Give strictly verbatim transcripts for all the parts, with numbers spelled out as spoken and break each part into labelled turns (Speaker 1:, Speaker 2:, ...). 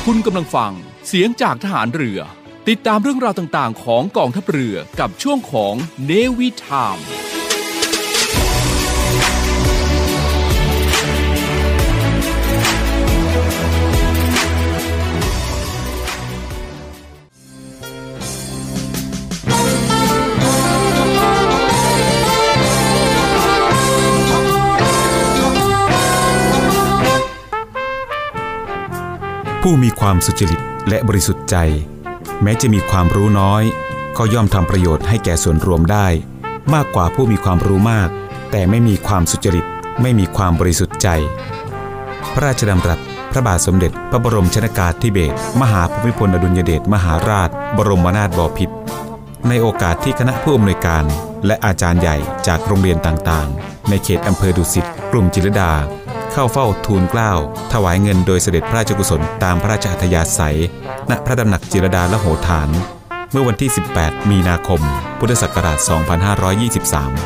Speaker 1: คุณกำลังฟังเสียงจากทหารเรือติดตามเรื่องราวต่างๆของกองทัพเรือกับช่วงของ Navy Time
Speaker 2: ผู้มีความสุจริตและบริสุทธิ์ใจแม้จะมีความรู้น้อยก็ย่อมทำประโยชน์ให้แก่ส่วนรวมได้มากกว่าผู้มีความรู้มากแต่ไม่มีความสุจริตไม่มีความบริสุทธิ์ใจพระราชดำรัสพระบาทสมเด็จพระบรมชนกาธิเบศรมหาภูมิพลอดุลยเดชมหาราชบรมนาถบพิตรในโอกาสที่คณะผู้อำนวยการและอาจารย์ใหญ่จากโรงเรียนต่างๆในเขตอำเภอดุสิตกลุ่มจิตรลดาเข้าเฝ้าทูลเกล้าถวายเงินโดยเสด็จพระราชกุศลตามพระราชอัธยาศัยณพระตำหนักจิตรลดาละโหฐานเมื่อวันที่สิบแปดมีนาคมพุทธศักราชสองพันห้าร้อยยี่สิบสาม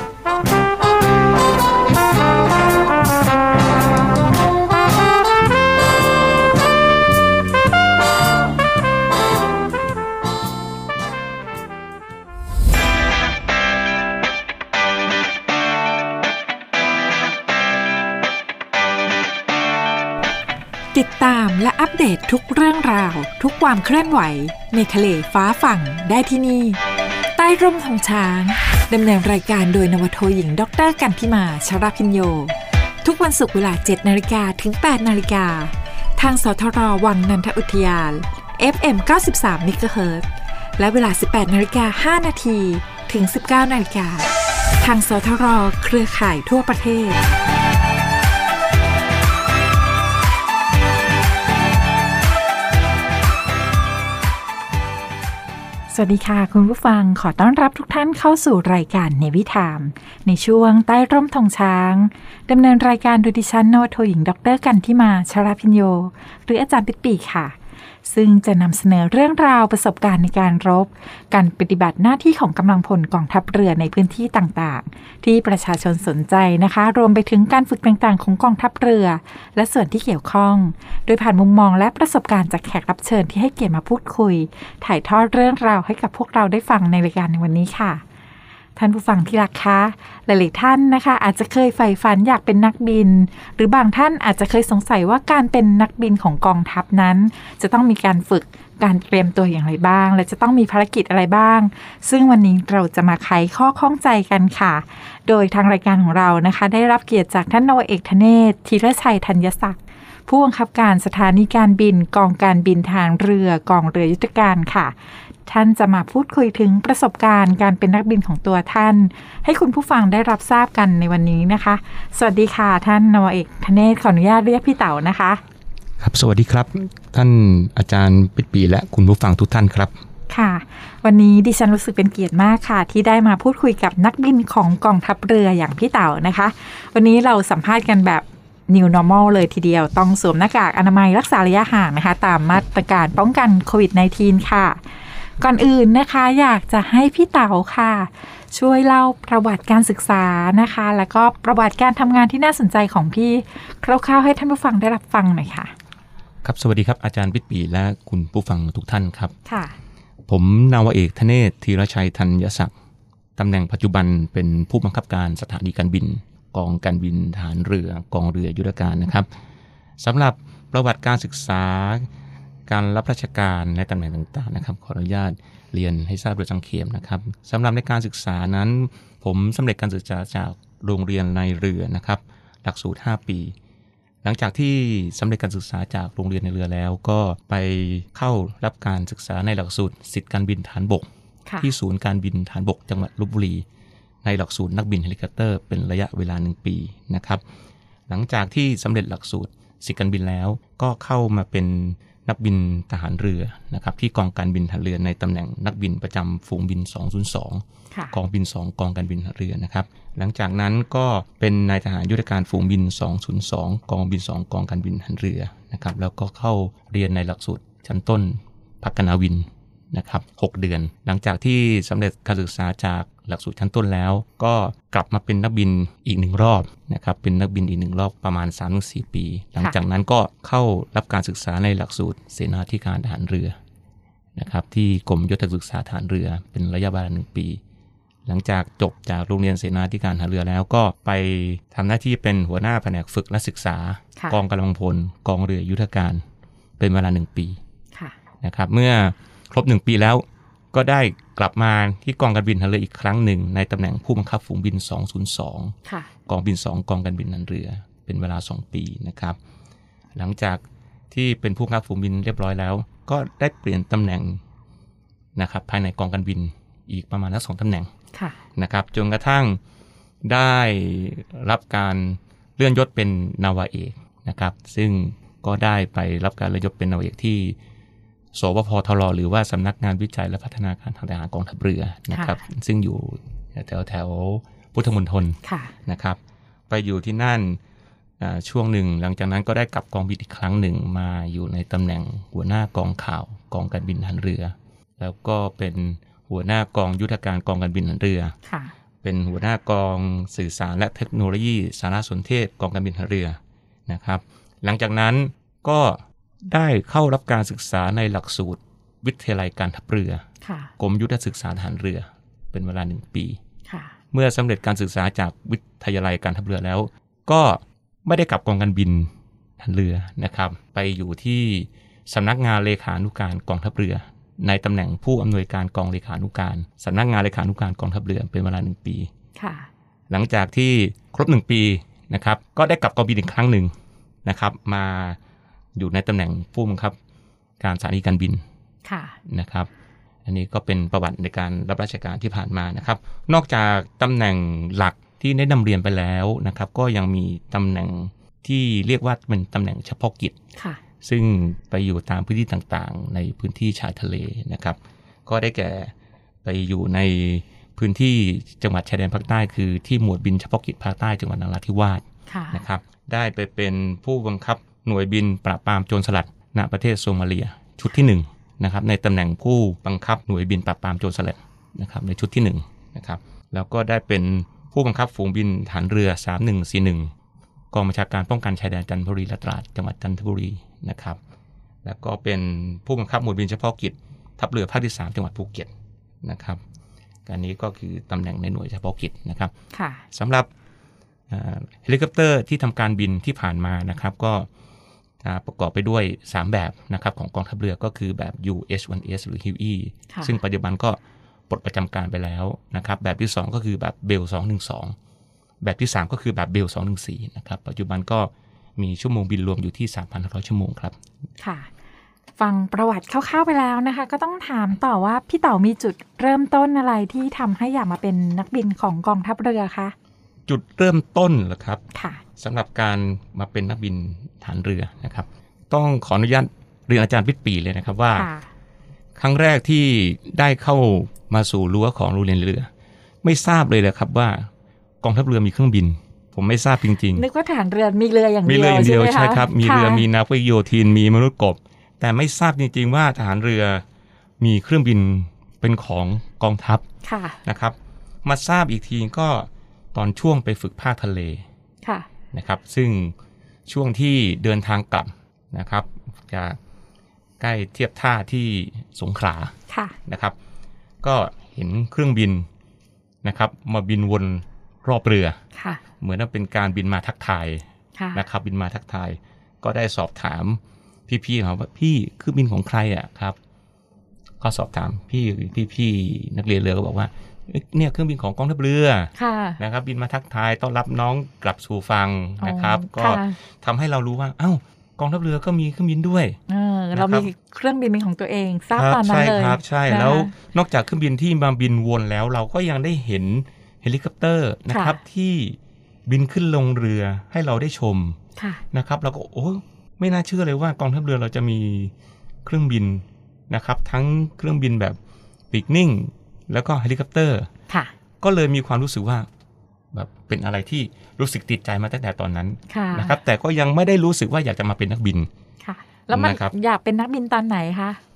Speaker 3: ติดตามและอัปเดตทุกเรื่องราวทุกความเคลื่อนไหวในทะเลฟ้าฝั่งได้ที่นี่ใต้ร่มธงช้างดำเนินรายการโดยนวโทหญิงดร.กันธิมาชราพิญโยทุกวันศุกร์เวลา เจ็ดนาฬิกา ถึง แปดนาฬิกาทางสทรวังนันทอุทยาน เอฟ เอ็ม เก้าสิบสาม เมกะเฮิรตซ์และเวลา สิบแปดนาฬิกาห้านาที ถึง สิบเก้านาฬิกาทางสทรเครือข่ายทั่วประเทศสวัสดีค่ะคุณผู้ฟังขอต้อนรับทุกท่านเข้าสู่รายการ Navy Time ในช่วงใต้ร่มธงช้างดำเนินรายการโดยดิฉันนวโทหญิงดร.กันธิมาชราพิญโยหรืออาจารย์ปิ๊ดปีค่ะซึ่งจะนำเสนอเรื่องราวประสบการณ์ในการรบการปฏิบัติหน้าที่ของกำลังพลกองทัพเรือในพื้นที่ต่างๆที่ประชาชนสนใจนะคะรวมไปถึงการฝึกต่างๆของกองทัพเรือและส่วนที่เกี่ยวข้องโดยผ่านมุมมองและประสบการณ์จากแขกรับเชิญที่ให้เกียรติมาพูดคุยถ่ายทอดเรื่องราวให้กับพวกเราได้ฟังในรายการในวันนี้ค่ะท่านผู้ฟังที่รักคะหลายๆท่านนะคะอาจจะเคยใฝ่ฝันอยากเป็นนักบินหรือบางท่านอาจจะเคยสงสัยว่าการเป็นนักบินของกองทัพนั้นจะต้องมีการฝึกการเตรียมตัวอย่างไรบ้างและจะต้องมีภารกิจอะไรบ้างซึ่งวันนี้เราจะมาไขข้อข้องใจกันค่ะโดยทางรายการของเรานะคะได้รับเกียรติจากท่านนาวาเอกธเนศธีรชัยธัญศักดิ์ผู้บังคับการสถานีการบินกองการบินทางเรือกองเรือยุทธการค่ะท่านจะมาพูดคุยถึงประสบการณ์การเป็นนักบินของตัวท่านให้คุณผู้ฟังได้รับทราบกันในวันนี้นะคะสวัสดีค่ะท่านนาวาเอกธเนศขออนุญาตเรียกพี่เต๋านะคะ
Speaker 4: ครับสวัสดีครับท่านอาจารย์ปิ๊ดปีและคุณผู้ฟังทุกท่านครับ
Speaker 3: ค่ะวันนี้ดิฉันรู้สึกเป็นเกียรติมากค่ะที่ได้มาพูดคุยกับนักบินของกองทัพเรืออย่างพี่เต๋านะคะวันนี้เราสัมภาษณ์กันแบบ New Normal เลยทีเดียวต้องสวมหน้ากากอนามัยรักษาระยะห่างนะคะตามมาตรการป้องกันโควิด สิบเก้า ค่ะก่อนอื่นนะคะอยากจะให้พี่เต๋าค่ะช่วยเล่าประวัติการศึกษานะคะแล้วก็ประวัติการทำงานที่น่าสนใจของพี่คร่าวๆให้ท่านผู้ฟังได้รับฟังหน่อยค่ะ
Speaker 4: ครับสวัสดีครับอาจารย์ปิ๊ดปีและคุณผู้ฟังทุกท่านครับ
Speaker 3: ค่ะ
Speaker 4: ผมนาวาเอกธเนศธีรชัยธัญศักดิ์ตำแหน่งปัจจุบันเป็นผู้บังคับการสถานีการบินกองการบินทหารเรือกองเรือยุทธการนะครับสำหรับประวัติการศึกษาการรับราชการและตำแหน่งต่างๆนะครับขออนุญาตเรียนให้ทราบโดยสังเขปนะครับสำหรับในการศึกษานั้นผมสำเร็จการศึกษาจากโรงเรียนในเรือนะครับหลักสูตรห้าปีหลังจากที่สำเร็จการศึกษาจากโรงเรียนในเรือแล้วก็ไปเข้ารับการศึกษาในหลักสูตรศิษย์การบินฐานบกที่ศูนย์การบินฐานบกจังหวัดลพบุรีในหลักสูตรนักบินเฮลิคอปเตอร์เป็นระยะเวลาหนึ่งปีนะครับหลังจากที่สำเร็จหลักสูตรศิษย์การบินแล้วก็เข้ามาเป็นนักบินทหารเรือนะครับที่กองการบินทหารเรือในตำแหน่งนักบินประจำฝูงบินสองศูนย์สองกองบินสองกองการบินทหารเรือนะครับหลังจากนั้นก็เป็นนายทหารยุทธการฝูงบินสองศูนย์สองกองบินสองกองการบินทหารเรือนะครับแล้วก็เข้าเรียนในหลักสูตรชั้นต้นภักนาวินนะครับหกเดือนหลังจากที่สำเร็จการศึกษาจากหลักสูตรชั้นต้นแล้วก็กลับมาเป็นนักบินอีกหนึ่งรอบนะครับเป็นนักบินอีกหนึ่งรอบประมาณ สามถึงสี่ ปีหลังจากนั้นก็เข้ารับการศึกษาในหลักสูตรเสนาธิการทหารเรือนะครับที่กรมยศศึกษาทหารเรือเป็นระยะเวลาหนึ่งปีหลังจากจบจากโรงเรียนเสนาธิการทหารเรือแล้วก็ไปทำหน้าที่เป็นหัวหน้าแผนกฝึกและศึกษากองกำลังพลกองเรือยุทธการเป็นเวลาหนึ่งปีนะครับเมื่อครบหนึ่งปีแล้วก็ได้กลับมาที่กองการบินทหารเรืออีกครั้งหนึ่งในตำแหน่งผู้บังคับฝูงบินสองศูนย์สองกองบินสองกองการบินทหารเรือเป็นเวลาสองปีนะครับหลังจากที่เป็นผู้บังคับฝูงบินเรียบร้อยแล้วก็ได้เปลี่ยนตำแหน่งนะครับภายในกองการบินอีกประมาณสองตำแหน่งนะครับจนกระทั่งได้รับการเลื่อนยศเป็นนาวาเอกนะครับซึ่งก็ได้ไปรับการเลื่อนยศเป็นนาวาเอกที่สวพทรหรือว่าสำนักงานวิจัยและพัฒนาการทางทหารกองทัพเรือนะครับซึ่งอยู่แถวแถวพุทธมณฑลนะครับไปอยู่ที่นั่นช่วงหนึ่งหลังจากนั้นก็ได้กลับกองบินอีกครั้งหนึ่งมาอยู่ในตำแหน่งหัวหน้ากองข่าวกองการบินทหารเรือแล้วก็เป็นหัวหน้ากองยุทธการกองการบินทหารเรือเป็นหัวหน้ากองสื่อสารและเทคโนโลยีสารสนเทศกองการบินทหารเรือนะครับหลังจากนั้นก็ได้เข้ารับการศึกษาในหลักสูตรวิทยาลัยการทัพเรือกรมยุทธศึกษาทหารเรือเป็นเวลาหนึ่งปีเมื่อสำเร็จการศึกษาจากวิทยาลัยการทัพเรือแล้วก็ไม่ได้กลับกองการบินทหารเรือนะครับไปอยู่ที่สำนักงานเลขานุการกองทัพเรือในตำแหน่งผู้อำนวยการกองเลขานุการสำนักงานเลขานุการกองทัพเรือเป็นเวลาหนึ่งปีหลังจากที่ครบหนึ่งปีนะครับก็ได้กลับกองบินอีกครั้งหนึ่งนะครับมาอยู่ในตำแหน่งผู้บังคับการสถานีการบินนะครับอันนี้ก็เป็นประวัติในการรับราชการที่ผ่านมานะครับนอกจากตำแหน่งหลักที่ได้นำเรียนไปแล้วนะครับก็ยังมีตำแหน่งที่เรียกว่าเป็นตำแหน่งเฉพาะกิจซึ่งไปอยู่ตามพื้นที่ต่างๆในพื้นที่ชายทะเลนะครับก็ได้แก่ไปอยู่ในพื้นที่จังหวัดชายแดนภาคใต้คือที่หมวดบินเฉพาะกิจภาคใต้จังหวัดนราธิวาสนะครับได้ไปเป็นผู้บังคับหน่วยบินปราบปรามโจรสลัดณประเทศโซมาเลียชุดที่หนึ่งนะครับในตำแหน่งผู้บังคับหน่วยบินปราบปรามโจรสลัดนะครับในชุดที่หนึ่งนะครับแล้วก็ได้เป็นผู้บังคับฝูงบินฐานเรือสามหนึ่งสี่หนึ่งกองบัญชาการป้องกันชายแดนจันทบุรีและตราดจังหวัดจันทบุรีนะครับแล้วก็เป็นผู้บังคับหน่วยบินเฉพาะกิจทัพเรือภาคที่สามจังหวัดภูเก็ตนะครับการนี้ก็คือตำแหน่งในหน่วยเฉพาะกิจนะครับสำหรับเฮลิคอปเตอร์ที่ทำการบินที่ผ่านมานะครับก็ประกอบไปด้วยสามแบบนะครับของกองทัพเรือก็คือแบบ ยู เอช วัน เอส หรือ ฮิว อี ซึ่งปัจจุบันก็ปลดประจำการไปแล้วนะครับแบบที่สองก็คือแบบ เบล สองหนึ่งสอง แบบที่สามก็คือแบบ เบล สองหนึ่งสี่ นะครับปัจจุบันก็มีชั่วโมงบินรวมอยู่ที่ สามพันห้าร้อย ชั่วโมงครับค่ะ
Speaker 3: ฟังประวัติคร่าวๆไปแล้วนะคะก็ต้องถามต่อว่าพี่เต๋ามีจุดเริ่มต้นอะไรที่ทำให้อยากมาเป็นนักบินของกองทัพเรือคะ
Speaker 4: จุดเริ่มต้นเหรอครับสำหรับการมาเป็นนักบินฐานเรือนะครับต้องขออนุญาตเรียนอาจารย์วิทย์ปีเลยนะครับว่าครั้งแรกที่ได้เข้ามาสู่รั้วของโรงเรียนเรือไม่ทราบเลยเลยครับว่ากองทัพเรือมีเครื่องบินผมไม่ทราบจริง
Speaker 3: ๆนึกว่าฐานเรือมีเรืออย่างเดียว
Speaker 4: มีเรืออย่างเดียวใช่ครับมีเรือมีนักวิทยโยธินมีมนุษย์กบแต่ไม่ทราบจริงๆว่าทหารเรือมีเครื่องบินเป็นของกองทัพนะครับมาทราบอีกทีก็ตอนช่วงไปฝึกภาคทะเลนะครับซึ่งช่วงที่เดินทางกลับนะครับจะใกล้เทียบท่าที่สงขลานะครับก็เห็นเครื่องบินนะครับมาบินวนรอบเรือเหมือนว่าเป็นการบินมาทักทายนะครับบินมาทักทายก็ได้สอบถามพี่ๆเขาว่าพี่เครื่องบินของใครอ่ะครับก็สอบถามพี่พี่ๆนักเรียนเรือก็บอกว่าเนี่ยเครื่องบินของกองทัพเรือนะครับบินมาทักทายต้อนรับน้องกลับสู่ฝั่งนะครับก็ทำให้เรารู้ว่าเอ้ากองทัพเรือก็มีเครื่องบินด้วย
Speaker 3: เรามีเครื่องบินเป็นของตัวเองทราบตอนนั้นเลย
Speaker 4: ใช่ครับใช่แล้วนอกจากเครื่องบินที่มาบินวนแล้วเราก็ยังได้เห็นเฮลิคอปเตอร์นะครับที่บินขึ้นลงเรือให้เราได้ชมนะครับแล้วก็โอ้ไม่น่าเชื่อเลยว่ากองทัพเรือเราจะมีเครื่องบินนะครับทั้งเครื่องบินแบบปีกนิ่งแล้วก็เฮลิคอปเตอร์ก็เลยมีความรู้สึกว่าแบบเป็นอะไรที่รู้สึกติดใจมาตั้งแต่ตอนนั้นนะครับแต่ก็ยังไม่ได้รู้สึกว่าอยากจะมาเป็นนักบิน
Speaker 3: ค่ะแล้วมันอยากเป็นนักบินตอนไหนคะ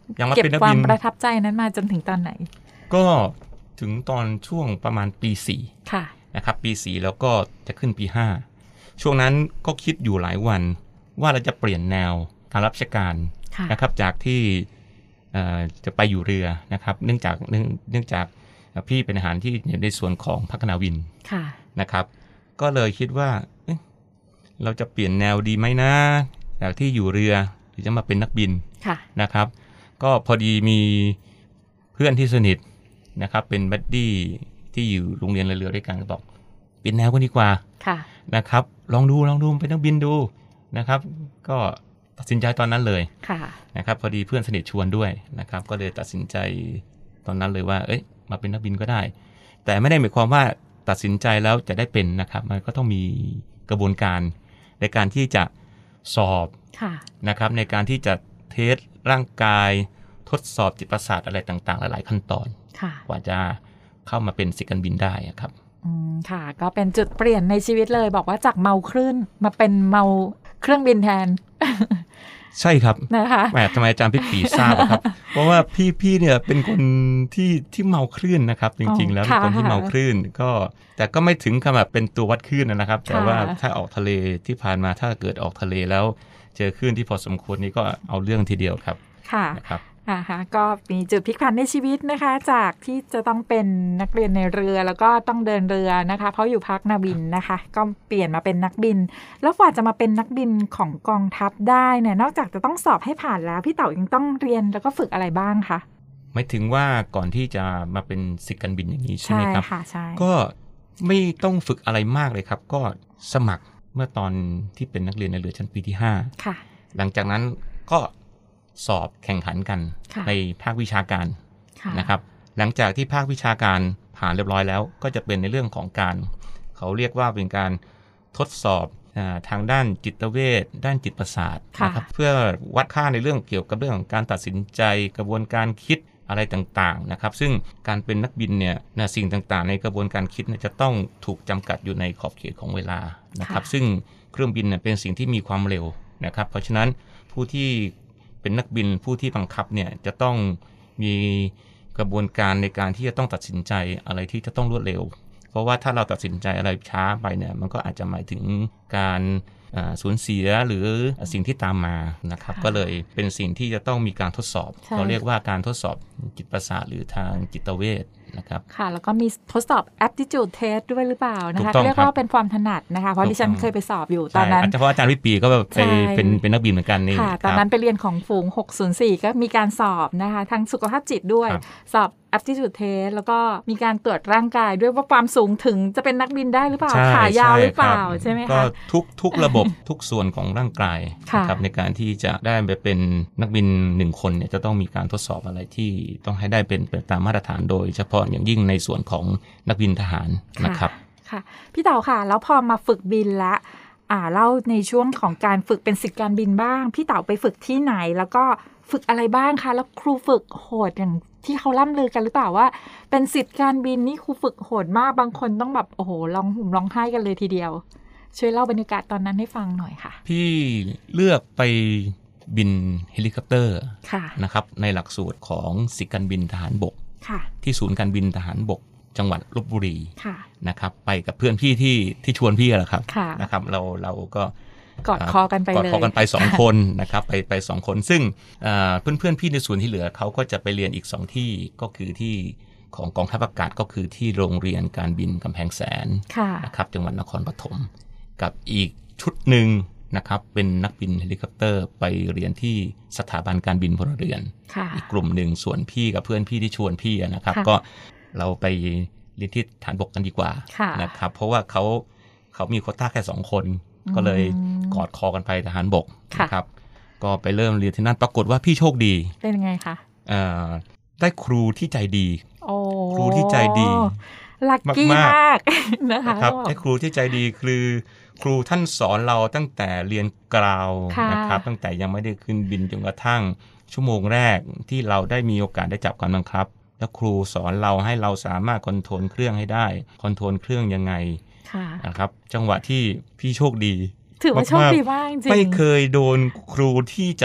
Speaker 4: ยังมา
Speaker 3: เก็บ
Speaker 4: เป็นนัก
Speaker 3: ควา
Speaker 4: บิ
Speaker 3: ม
Speaker 4: น
Speaker 3: ประทับใจนั้นมาจนถึงตอนไหน
Speaker 4: ก็ถึงตอนช่วงประมาณปีสี่
Speaker 3: ค่ะ
Speaker 4: นะครับปีสี่แล้วก็จะขึ้นปีห้าช่วงนั้นก็คิดอยู่หลายวันว่าเราจะเปลี่ยนแนวทางรับราชการนะครับจากที่จะไปอยู่เรือนะครับเนื่องจากเนื่องเนื่องจากพี่เป็นทหารที่อยู่ในส่วนของพัฒนาวินนะครับก็เลยคิดว่าเอ๊ะเราจะเปลี่ยนแนวดีไหมนะจากที่อยู่เรือหรือจะมาเป็นนักบินนะครับก็พอดีมีเพื่อนที่สนิทนะครับเป็นบัดดี้ที่อยู่โรงเรียนเรือด้วยกันก็บอกเปลี่ยนแนวกันดีกว่านะครับลองดูลองดูเป็นนักบินดูนะครับก็ตัดสินใจตอนนั้นเลยนะครับพอดีเพื่อนสนิทชวนด้วยนะครับก็เลยตัดสินใจตอนนั้นเลยว่าเอ้ยมาเป็นนักบินก็ได้แต่ไม่ได้หมายความว่าตัดสินใจแล้วจะได้เป็นนะครับมันก็ต้องมีกระบวนการในการที่จะสอบนะครับในการที่จะเทสร่างกายทดสอบจิตประสาทอะไรต่างๆหลายๆขั้นตอนกว่าจะเข้ามาเป็นศิษย์การบินได้ครับ
Speaker 3: อืมค่ะก็เป็นจุดเปลี่ยนในชีวิตเลยบอกว่าจากเมาคลื่นมาเป็นเมาเครื่องบินแทน
Speaker 4: ใช่ครับนะคะแหมทำไมอาจารย์พี่ปีทราบครับเพราะว่าพี่พี่เนี่ยเป็นคนที่ที่เมาคลื่นนะครับจริงๆแล้วเป็นคนที่เมาคลื่นก็แต่ก็ไม่ถึงขนาดเป็นตัววัดคลื่นนะครับแต่ว่าถ้าออกทะเลที่ผ่านมาถ้าเกิดออกทะเลแล้วเจอคลื่นที่พอสมควรนี้ก็เอาเรื่องทีเดียวครับ
Speaker 3: ค่ะนะครับนะคะก็มีจุดพลิกผันในชีวิตนะคะจากที่จะต้องเป็นนักเรียนในเรือแล้วก็ต้องเดินเรือนะคะเพราะอยู่พักนาวินนะคะก็เปลี่ยนมาเป็นนักบินแล้วกว่าจะมาเป็นนักบินของกองทัพได้เนี่ยนอกจากจะต้องสอบให้ผ่านแล้วพี่เต๋ายังต้องเรียนแล้วก็ฝึกอะไรบ้างคะ
Speaker 4: หมายถึงว่าก่อนที่จะมาเป็นศิษย์การบินอย่างนี้ใช่ไหมครับ
Speaker 3: ใช่ค่ะใช่
Speaker 4: ก็ไม่ต้องฝึกอะไรมากเลยครับก็สมัครเมื่อตอนที่เป็นนักเรียนในเรือชั้นปีที่ห้าค่ะหลังจากนั้นก็สอบแข่งขันกันในภาควิชาการนะครับหลังจากที่ภาควิชาการผ่านเรียบร้อยแล้วก็จะเป็นในเรื่องของการเขาเรียกว่าเป็นการทดสอบทางด้านจิตเวชด้านจิตประสาทนะครับเพื่อวัดค่าในเรื่องเกี่ยวกับเรื่องของการตัดสินใจกระบวนการคิดอะไรต่างๆนะครับซึ่งการเป็นนักบินเนี่ยนะสิ่งต่างๆในกระบวนการคิดจะต้องถูกจำกัดอยู่ในขอบเขตของเวลานะครับซึ่งเครื่องบินเป็นสิ่งที่มีความเร็วนะครับเพราะฉะนั้นผู้ที่เป็นนักบินผู้ที่บังคับเนี่ยจะต้องมีกระบวนการในการที่จะต้องตัดสินใจอะไรที่จะต้องรวดเร็วเพราะว่าถ้าเราตัดสินใจอะไรช้าไปเนี่ยมันก็อาจจะหมายถึงการสูญเสียหรือสิ่งที่ตามมานะครับก็เลยเป็นสิ่งที่จะต้องมีการทดสอบเราเรียกว่าการทดสอบจิตประสาทหรือทางจิตเวชนะครับ
Speaker 3: ค่ะแล้วก็มีทดสอบ aptitude test ด้วยหรือเปล่านะคะเรียกว่าเป็นความถนัดนะคะเพราะดิฉันเคยไปสอบอยู่ตอนนั้น
Speaker 4: เฉพาะอาจารย์วิปีก็ไปเป็นเป็นนักบินเหมือนกันนี่
Speaker 3: ค่ะตอนนั้นไปเรียนของฝูงหกศูนย์สี่ก็มีการสอบนะคะทั้งสุขภาพจิตด้วยสอบ aptitude test แล้วก็มีการตรวจร่างกายด้วยว่าความสูงถึงจะเป็นนักบินได้หรือเปล่าขายาวหรือเปล่าใช่ไหมคะ
Speaker 4: ก็ทุกทุกระบบทุกส่วนของร่างกายนะครับในการที่จะได้ไปเป็นนักบินหนึ่งคนเนี่ยจะต้องมีการทดสอบอะไรที่ต้องให้ได้เป็นไปตามมาตรฐานโดยเฉพาะอย่างยิ่งในส่วนของนักบินทหารนะครับ
Speaker 3: ค่ะพี่เต๋าค่ะแล้วพอมาฝึกบินแล้วอ่าเล่าในช่วงของการฝึกเป็นศิษย์การบินบ้างพี่เต๋าไปฝึกที่ไหนแล้วก็ฝึกอะไรบ้างคะแล้วครูฝึกโหดอย่างที่เขาล่ำลือกันหรือเปล่าว่าเป็นศิษย์การบินนี่ครูฝึกโหดมากบางคนต้องแบบโอ้โหร้องห่มร้องไห้กันเลยทีเดียวช่วยเล่าบรรยากาศตอนนั้นให้ฟังหน่อยค่ะ
Speaker 4: พี่เลือกไปบินเฮลิคอปเตอร์นะครับในหลักสูตรของศิษย์การบินทหารบกที่ศูนย์การบินทหารบกจังหวัดลพบุรีนะครับไปกับเพื่อนพี่ที่ที่ชวนพี่แหละครับนะครับเราเราก็
Speaker 3: กอดคอกันไปเลย
Speaker 4: กอดคอกันไปสองคนนะครับไปไปสองคนซึ่งเพื่อนเพื่อนพี่ในส่วนที่เหลือเขาก็จะไปเรียนอีกสองที่ก็คือที่ของกองทัพอากาศก็คือที่โรงเรียนการบินกำแพงแสนนะครับจังหวัดนครปฐมกับอีกชุดหนึ่งนะครับเป็นนักบินเฮลิคอปเตอร์ไปเรียนที่สถาบันการบินพลเรือนอีกกลุ่มหนึ่งส่วนพี่กับเพื่อนพี่ที่ชวนพี่นะครับก็เราไปเรียนที่ฐานบกกันดีกว่านะครับเพราะว่าเขาเขามีโควต้าแค่สองคนก็เลยกอดคอกันไปทหารบกนะครับก็ไปเริ่มเรียนที่นั่นปรากฏว่าพี่โชคดี
Speaker 3: เป็นยังไงคะ
Speaker 4: ได้ครูที่ใจดีครูที่ใจดี
Speaker 3: ลัคกี้มากนะคะ
Speaker 4: ครับได้ครูที่ใจดีคือครูท่านสอนเราตั้งแต่เรียนกราวนะครับตั้งแต่ยังไม่ได้ขึ้นบินจนกระทั่งชั่วโมงแรกที่เราได้มีโอกาสได้จับการบังคับแล้วครูสอนเราให้เราสามารถคอนโทรลเครื่องให้ได้คอนโทรลเครื่องยังไงนะครับจังหวะที่พี่โชคดี
Speaker 3: ถือว่าโชคดีมากจริง
Speaker 4: ไม่เคยโดนครูที่จะ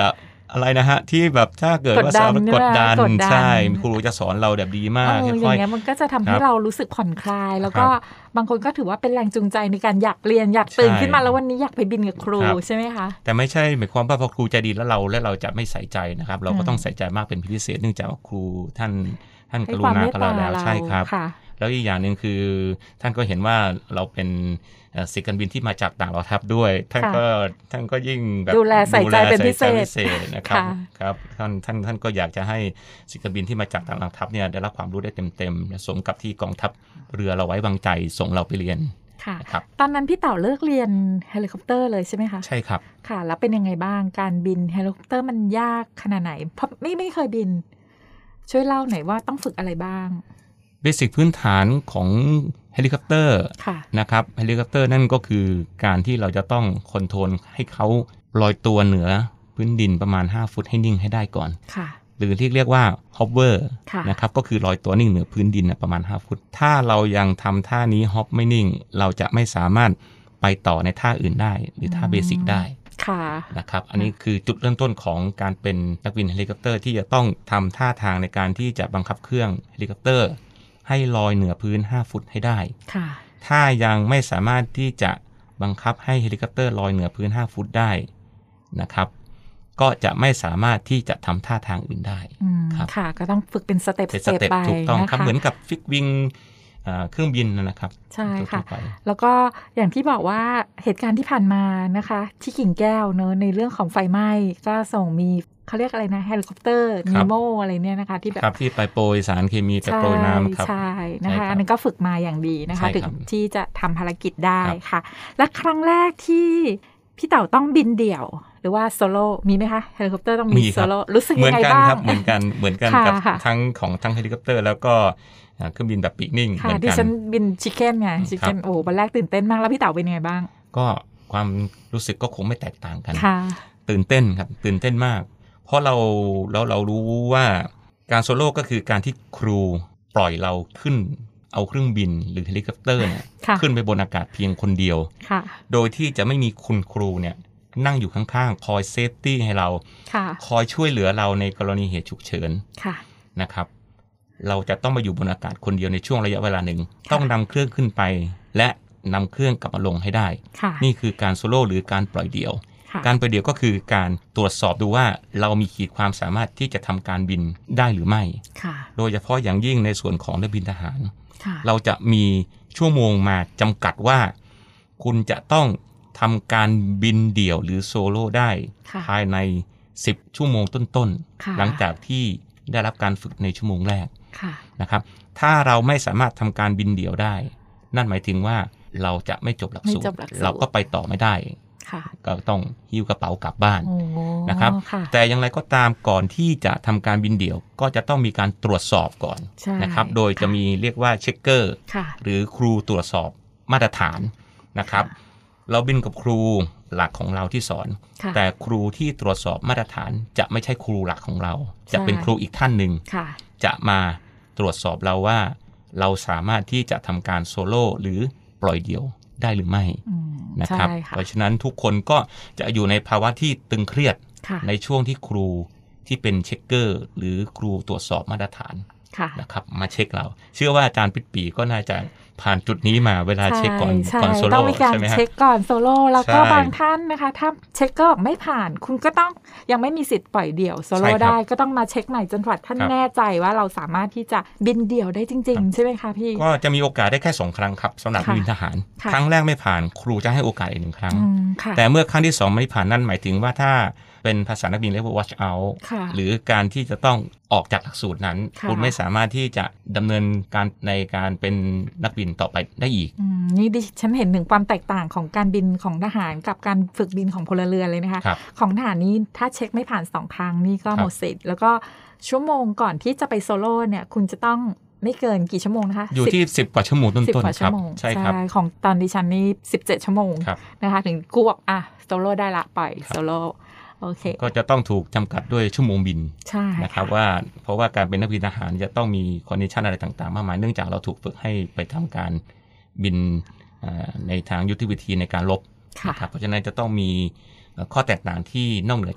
Speaker 4: อะไรนะฮะที่แบบถ้าเกิดว่าสาวกดดันใช่ครูจะสอนเราแบบดีมาก
Speaker 3: อย่างเงี้ยมันก็จะทำให้เรารู้สึกผ่อนคลายแล้วก็บางคนก็ถือว่าเป็นแรงจูงใจในการอยากเรียนอยากตื่นขึ้นมาแล้ววันนี้อยากไปบินกับครูใช่ไหมคะ
Speaker 4: แต่ไม่ใช่หมายความว่าพอครูใจดีแล้วเราและเราจะไม่ใส่ใจนะครับเราก็ต้องใส่ใจมากเป็นพิเศษเนื่องจากครูท่านท่านกรุณากับเราแล้วใช่ครับแล้วอีกอย่างหนึ่งคือท่านก็เห็นว่าเราเป็นศิษย์การบินที่มาจากต่างเหล่าทัพด้วยท่านก็ท่านก็ยิ่งแบบ
Speaker 3: ดูแลใส่ใจเป็นพิเศษ
Speaker 4: นะครับครับท่านท่านท่านก็อยากจะให้ศิษย์การบินที่มาจากต่างเหล่าทัพเนี่ยได้รับความรู้ได้เต็มๆสมกับที่กองทัพเรือเราไว้วางใจส่งเราไปเรียน
Speaker 3: ค่ะตอนนั้นพี่เต่าเลิกเรียนเฮลิคอปเตอร์เลยใช่ไหมคะ
Speaker 4: ใช่ครับ
Speaker 3: ค่ะแล้วเป็นยังไงบ้างการบินเฮลิคอปเตอร์มันยากขนาดไหนเพราะไม่ไม่เคยบินช่วยเล่าหน่อยว่าต้องฝึกอะไรบ้าง
Speaker 4: เบสิกพื้นฐานของเฮลิคอปเตอร์นะครับเฮลิคอปเตอร์นั่นก็คือการที่เราจะต้องคอนโทรลให้เขาลอยตัวเหนือพื้นดินประมาณห้าฟุตให้นิ่งให้ได้ก่อนหรือที่เรียกว่า hover นะครับก็คือลอยตัวนิ่งเหนือพื้นดินประมาณห้าฟุตถ้าเรายังทำท่านี้ hop ไม่นิ่งเราจะไม่สามารถไปต่อในท่าอื่นได้หรือท่าเบสิกได้นะครับอันนี้คือจุดเริ่มต้นของการเป็นนักบินเฮลิคอปเตอร์ที่จะต้องทำท่าทางในการที่จะบังคับเครื่องเฮลิคอปเตอร์ให้ลอยเหนือพื้นห้าฟุตให้ได้ถ้ายังไม่สามารถที่จะบังคับให้เฮลิคอปเตอร์ลอยเหนือพื้นห้าฟุตได้นะครับก็จะไม่สามารถที่จะทำท่าทางอื่นได้
Speaker 3: ครับค่ะก็ต้องฝึกเป็นสเต็ปสเต็ปไป
Speaker 4: ถูกต้องครับเหมือนกับฟิกวิงเครื่องบินนะครับ
Speaker 3: ใช่ค่ะแล้วก็อย่างที่บอกว่าเหตุการณ์ที่ผ่านมานะคะที่กิ่งแก้วเนอะในเรื่องของไฟไหม้ก็ส่งมีเขาเรียกอะไรนะเฮลิคอปเตอร์นีโมอะไรเนี่ยนะคะที่แบบ
Speaker 4: ที่ไปโปรยสารเคมีไปโปรยน้ำครับ
Speaker 3: ใช่นะคะอันนั้นก็ฝึกมาอย่างดีนะคะถึงที่จะทำภารกิจได้ค่ะและครั้งแรกที่พี่เต่าต้องบินเดี่ยวหรือว่าโซโล่มีไหมคะเฮลิคอปเตอร์ต้องมีโซโล่รู้สึกยังไงบ้าง
Speaker 4: เหมือนกันเหมือนกันกับทั้งของทั้งเฮลิคอปเตอร์แล้วก็เครื่องบินแบบปีกนิ่งเหมือนกัน
Speaker 3: ดิฉันบินชิคเก้นไงชิคเก้นโอ้วันแรกตื่นเต้นมากแล้วพี่เต่าเป็นยังไงบ้าง
Speaker 4: ก็ความรู้สึกก็คงไม่แตกต่างกันตื่นเต้นครับตื่นเต้นมากเพราะเราเราเรารู้ว่าการโซโล่ก็คือการที่ครูปล่อยเราขึ้นเอาเครื่องบินหรือเฮลิคอปเตอร์เนี่ยขึ้นไปบนอากาศเพียงคนเดียวโดยที่จะไม่มีคุณครูเนี่ยนั่งอยู่ข้างๆคอยเซฟตี้ให้เราคอยช่วยเหลือเราในกรณีเหตุฉุกเฉินนะครับเราจะต้องมาอยู่บนอากาศคนเดียวในช่วงระยะเวลาหนึ่งต้องนำเครื่องขึ้นไปและนำเครื่องกลับมาลงให้ได้นี่คือการโซโล่หรือการปล่อยเดี่ยวการปล่อยเดี่ยวก็คือการตรวจสอบดูว่าเรามีขีดความสามารถที่จะทำการบินได้หรือไม่โดยเฉพาะอย่างยิ่งในส่วนของนักบินทหารเราจะมีชั่วโมงมาจำกัดว่าคุณจะต้องทำการบินเดี่ยวหรือโซโล่ได้ภายในสิบชั่วโมงต้นๆหลังจากที่ได้รับการฝึกในชั่วโมงแรกนะครับถ้าเราไม่สามารถทำการบินเดี่ยวได้นั่นหมายถึงว่าเราจะไม่จบหลักสูตรเราก็ไปต่อไม่ได้ก็ต้องหิ้วกระเป๋ากลับบ้านนะครับแต่อย่างไรก็ตามก่อนที่จะทำการบินเดี่ยวก็จะต้องมีการตรวจสอบก่อนนะครับโดยจะมีเรียกว่าเช็คเกอร์หรือครูตรวจสอบมาตรฐานนะครับเราบินกับครูหลักของเราที่สอนแต่ครูที่ตรวจสอบมาตรฐานจะไม่ใช่ครูหลักของเราจะเป็นครูอีกท่านหนึ่งจะมาตรวจสอบเราว่าเราสามารถที่จะทำการโซโล่หรือปล่อยเดี่ยวได้หรือไม่นะครับเพราะฉะนั้นทุกคนก็จะอยู่ในภาวะที่ตึงเครียดในช่วงที่ครูที่เป็นเช็คเกอร์หรือครูตรวจสอบมาตรฐานนะครับมาเช็คเราเชื่อว่าอาจารย์ปิดปีก็น่าจะผ่านจุดนี้มาเวลาเช็คก่อนก่อนโซโล่
Speaker 3: ต้องมีการเช็คก่อนโซโล่แล้วก็บางท่านนะคะถ้าเช็คก็ไม่ผ่านคุณก็ต้องยังไม่มีสิทธิ์ปล่อยเดี่ยวโซโล่ได้ก็ต้องมาเช็คใหม่จนกว่าท่านแน่ใจว่าเราสามารถที่จะบินเดี่ยวได้จริงๆใช่ไหมคะพี่
Speaker 4: ก็จะมีโอกาสได้แค่สองครั้งครับสำหรับบินทหารครั้งแรกไม่ผ่านครูจะให้โอกาสอีกหนึ่งครั้งแต่เมื่อครั้งที่สองไม่ผ่านนั่นหมายถึงว่าถ้าเป็นภาษานักบินเรียกว่า watch out หรือการที่จะต้องออกจากหลักสูตรนั้นคุณไม่สามารถที่จะดำเนินการในการเป็นนักบินต่อไปได้อีก
Speaker 3: นี่ดิฉันเห็นถึงความแตกต่างของการบินของทหารกับการฝึกบินของพลเรือนเลยนะคะของทหารนี้ถ้าเช็คไม่ผ่านสองครั้งนี่ก็หมดสิทธิ์แล้วก็ชั่วโมงก่อนที่จะไปโซโล่เนี่ยคุณจะต้องไม่เกินกี่ชั่วโมงนะคะ
Speaker 4: อยู่ที่สิบกว่าชั่วโมงต้นๆครับใช่ครับ
Speaker 3: ของตอนดิฉันนี่สิบเจ็ดชั่วโมงนะคะถึงกูบอกอ่ะโซโล่ได้ละปล่อยโซโล่
Speaker 4: ก็จะต้องถูกจำกัดด้วยชั่วโมงบินนะครับว่าเพราะว่าการเป็นนักบินทหารจะต้องมีคอนดิชันอะไรต่างๆมากมายเนื่องจากเราถูกฝึกให้ไปทำการบินในทางยุทธวิธีในการรบนะครับเพราะฉะนั้นจะต้องมีข้อแตกต่างที่นอกเหนือจาก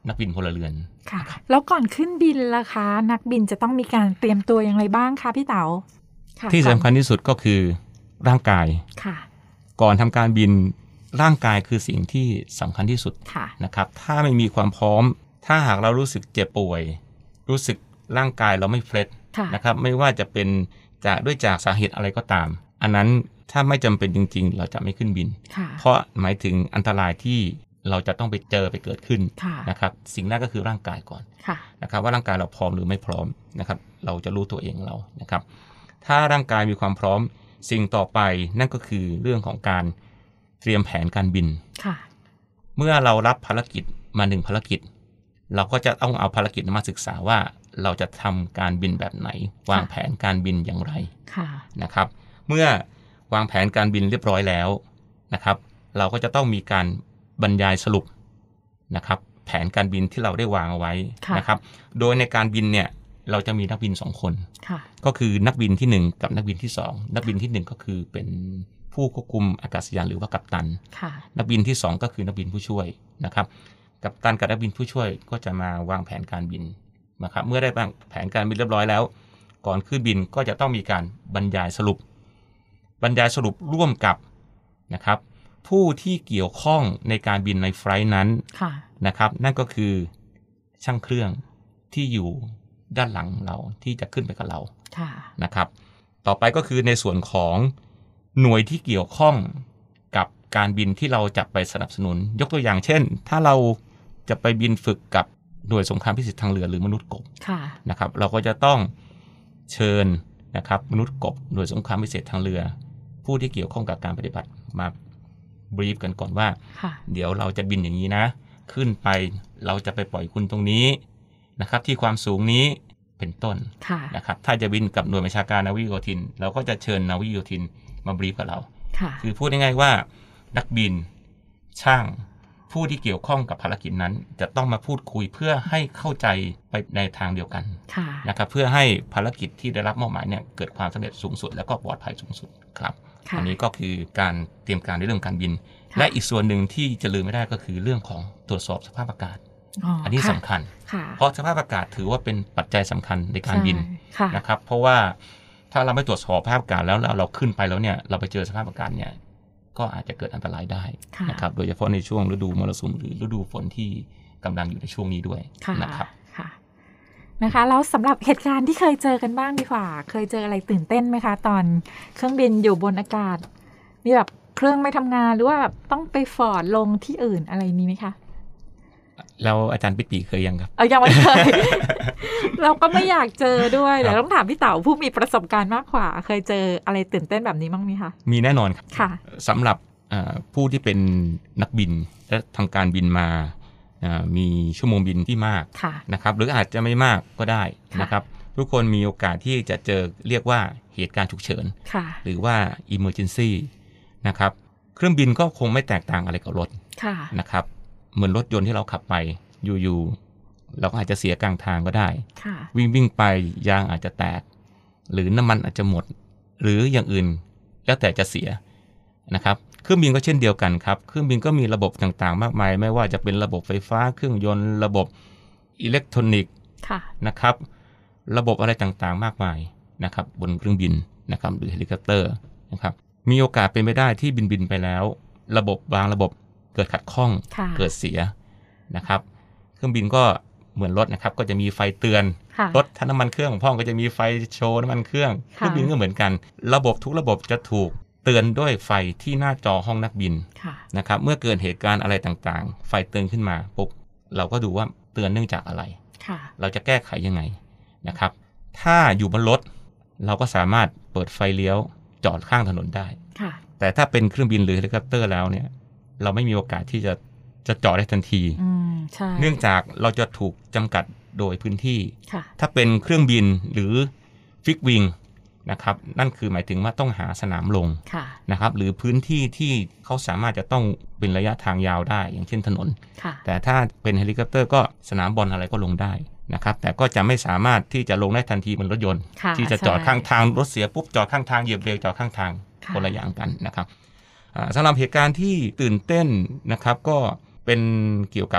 Speaker 4: นักบินพลเรือน
Speaker 3: ค่ะแล้วก่อนขึ้นบินล่ะคะนักบินจะต้องมีการเตรียมตัวอย่างไรบ้างคะพี่เต๋า
Speaker 4: ที่สำคัญที่สุดก็คือร่างกาย
Speaker 3: ค่ะ
Speaker 4: ก่อนทำการบินร่างกายคือสิ่งที่สำคัญที่สุดนะครับถ้าไม่มีความพร้อมถ้าหากเรารู้สึกเจ็บป่วยรู้สึกร่างกายเราไม่เฟรชนะครับไม่ว่าจะเป็นจากด้วยจากสาเหตุอะไรก็ตามอันนั้นถ้าไม่จำเป็นจริงๆเราจะไม่ขึ้นบินเพราะหมายถึงอันตรายที่เราจะต้องไปเจอไปเกิดขึ้นนะครับสิ่งแรกก็คือร่างกายก่อนนะครับว่าร่างกายเราพร้อมหรือไม่พร้อมนะครับเราจะรู้ตัวเองเรานะครับถ้าร่างกายมีความพร้อมสิ่งต่อไปนั่นก็คือเรื่องของการเตรียมแผนการบินเมื่อเรารับภารกิจมาหนึ่งภารกิจเราก็จะต้องเอาภารกิจมาศึกษาว่าเราจะทำการบินแบบไหนวางแผนการบินอย่างไรนะครับเมื่อวางแผนการบินเรียบร้อยแล้วนะครับเราก็จะต้องมีการบรรยายสรุปนะครับแผนการบินที่เราได้วางเอาไว้นะครับโดยในการบินเนี่ยเราจะมีนักบินสองคนก็คือนักบินที่หนึ่งกับนักบินที่สองนักบินที่หนึ่งก็คือเป็นผู้ควบคุมอากาศยานหรือว่ากัปตันนักบินที่สองก็คือนักบินผู้ช่วยนะครับกัปตันกับนักบินผู้ช่วยก็จะมาวางแผนการบินนะครับเมื่อได้วางแผนการบินเรียบร้อยแล้วก่อนขึ้นบินก็จะต้องมีการบรรยายสรุปบรรยายสรุปร่วมกับนะครับผู้ที่เกี่ยวข้องในการบินในไฟล์นั้นนะครับนั่นก็คือช่างเครื่องที่อยู่ด้านหลังเราที่จะขึ้นไปกับเรานะครับต่อไปก็คือในส่วนของหน่วยที่เกี่ยวข้องกับการบินที่เราจะไปสนับสนุนยกตัวอย่างเช่นถ้าเราจะไปบินฝึกกับหน่วยสงครามพิเศษทางเรือหรือมนุษย์กบนะครับเราก็จะต้องเชิญนะครับมนุษย์กบหน่วยสงครามพิเศษทางเรือผู้ที่เกี่ยวข้องกับการปฏิบัติมาบรีฟกันก่อนว่าเดี๋ยวเราจะบินอย่างนี้นะขึ้นไปเราจะไปปล่อยคุณตรงนี้นะครับที่ความสูงนี้เป็นต้นนะครับถ้าจะบินกับหน่วยบัญชาการนาวิกโยธินเราก็จะเชิญนาวิกโยธินมาบรีฟกับเราคือพูดง่ายๆว่านักบินช่างผู้ที่เกี่ยวข้องกับภารกิจนั้นจะต้องมาพูดคุยเพื่อให้เข้าใจไปในทางเดียวกันนะครับเพื่อให้ภารกิจที่ได้รับมอบหมายเนี่ยเกิดความสำเร็จสูงสุดและก็ปลอดภัยสูงสุดครับอันนี้ก็คือการเตรียมการในเรื่องการบินและอีกส่วนหนึ่งที่จะลืมไม่ได้ก็คือเรื่องของตรวจสอบสภาพอากาศ อ, อันนี้สำคัญเพราะสภาพอากาศถือว่าเป็นปัจจัยสำคัญในการบินนะครับเพราะว่าถ้าเราไม่ตรวจสอบสภาพอากาศแล้วเราขึ้นไปแล้วเนี่ยเราไปเจอสภาพอากาศเนี่ยก็อาจจะเกิดอันตรายได้นะครับโดยเฉพาะในช่วงฤดูมรสุมหรือฤดูฝนที่กำลังอยู่ในช่วงนี้ด้วยนะครับ
Speaker 3: นะคะแล้วสำหรับเหตุการณ์ที่เคยเจอกันบ้างดีกว่าเคยเจออะไรตื่นเต้นไหมคะตอนเครื่องบินอยู่บนอากาศมีแบบเครื่องไม่ทำงานหรือว่าแบบต้องไปฟอร์ดลงที่อื่นอะไรมีไหมคะ
Speaker 4: แล้วอาจารย์ปิติเคยยังครับ
Speaker 3: เออยังไม่เคย เราก็ไม่อยากเจอด้วยแต่ต้องถามพี่เต๋าผู้มีประสบการณ์มากกว่าเคยเจออะไรตื่นเต้นแบบนี้บ้างไหมคะ
Speaker 4: มีแน่นอนครับ
Speaker 3: ค่ะ
Speaker 4: สำหรับผู้ที่เป็นนักบินและทางการบินมามีชั่วโมงบินที่มากนะครับหรืออาจจะไม่มากก็ได้นะครับทุกคนมีโอกาสที่จะเจอเรียกว่าเหตุการณ์ฉุกเฉินหรือว่า emergency นะครับเครื่องบินก็คงไม่แตกต่างอะไรกับรถนะครับเหมือนรถยนต์ที่เราขับไปอยู่ๆเราก็อาจจะเสียกลางทางก็ได้วิ่งวิ่งไปยางอาจจะแตกหรือน้ำมันอาจจะหมดหรืออย่างอื่นแล้วแต่จะเสียนะครับเครื่องบินก็เช่นเดียวกันครับเครื่องบินก็มีระบบต่างๆมากมายไม่ว่าจะเป็นระบบไฟฟ้าเครื่องยนต์ระบบอิเล็กทรอนิกส์นะครับระบบอะไรต่างๆมากมายนะครับบนเครื่องบินนะครับหรือเฮลิคอปเตอร์นะครับมีโอกาสเป็นไปได้ที่บินบินไปแล้วระบบบางระบบเกิดขัดข้องเกิดเสียนะครับเครื่องบินก็เหมือนรถนะครับก็จะมีไฟเตือนรถถ้าน้ำมันเครื่องของพ่อก็จะมีไฟโชว์น้ำมันเครื่องเครื่องบินก็เหมือนกันระบบทุกระบบจะถูกเตือนด้วยไฟที่หน้าจอห้องนักบินนะครับเมื่อเกิดเหตุการณ์อะไรต่างๆไฟเตือนขึ้นมาปุ๊บเราก็ดูว่าเตือนเนื่องจากอะไรเราจะแก้ไขยังไงนะครับถ้าอยู่บนรถเราก็สามารถเปิดไฟเลี้ยวจอดข้างถนนได้แต่ถ้าเป็นเครื่องบินหรือเฮลิคอปเตอร์แล้วเนี่ยเราไม่มีโอกาสที่จะจะจอดได้ทันทีเนื่องจากเราจะถูกจำกัดโดยพื้นที่ถ้าเป็นเครื่องบินหรือฟิกวิงนะครับนั่นคือหมายถึงว่าต้องหาสนามลงนะครับหรือพื้นที่ที่เขาสามารถจะต้องเป็นระยะทางยาวได้อย่างเช่นถนนแต่ถ้าเป็นเฮลิคอปเตอร์ก็สนามบอลอะไรก็ลงได้นะครับแต่ก็จะไม่สามารถที่จะลงได้ทันทีเหมือนรถยนต์ที่จะจอดข้างทางรถเสียปุ๊บจอดข้างทางเหยียบเบรกจอดข้างทางคนละอย่างกันนะครับสำหรับเหตุการณ์ที่ตื่นเต้นนะครับก็เป็นเกี่ยวกับ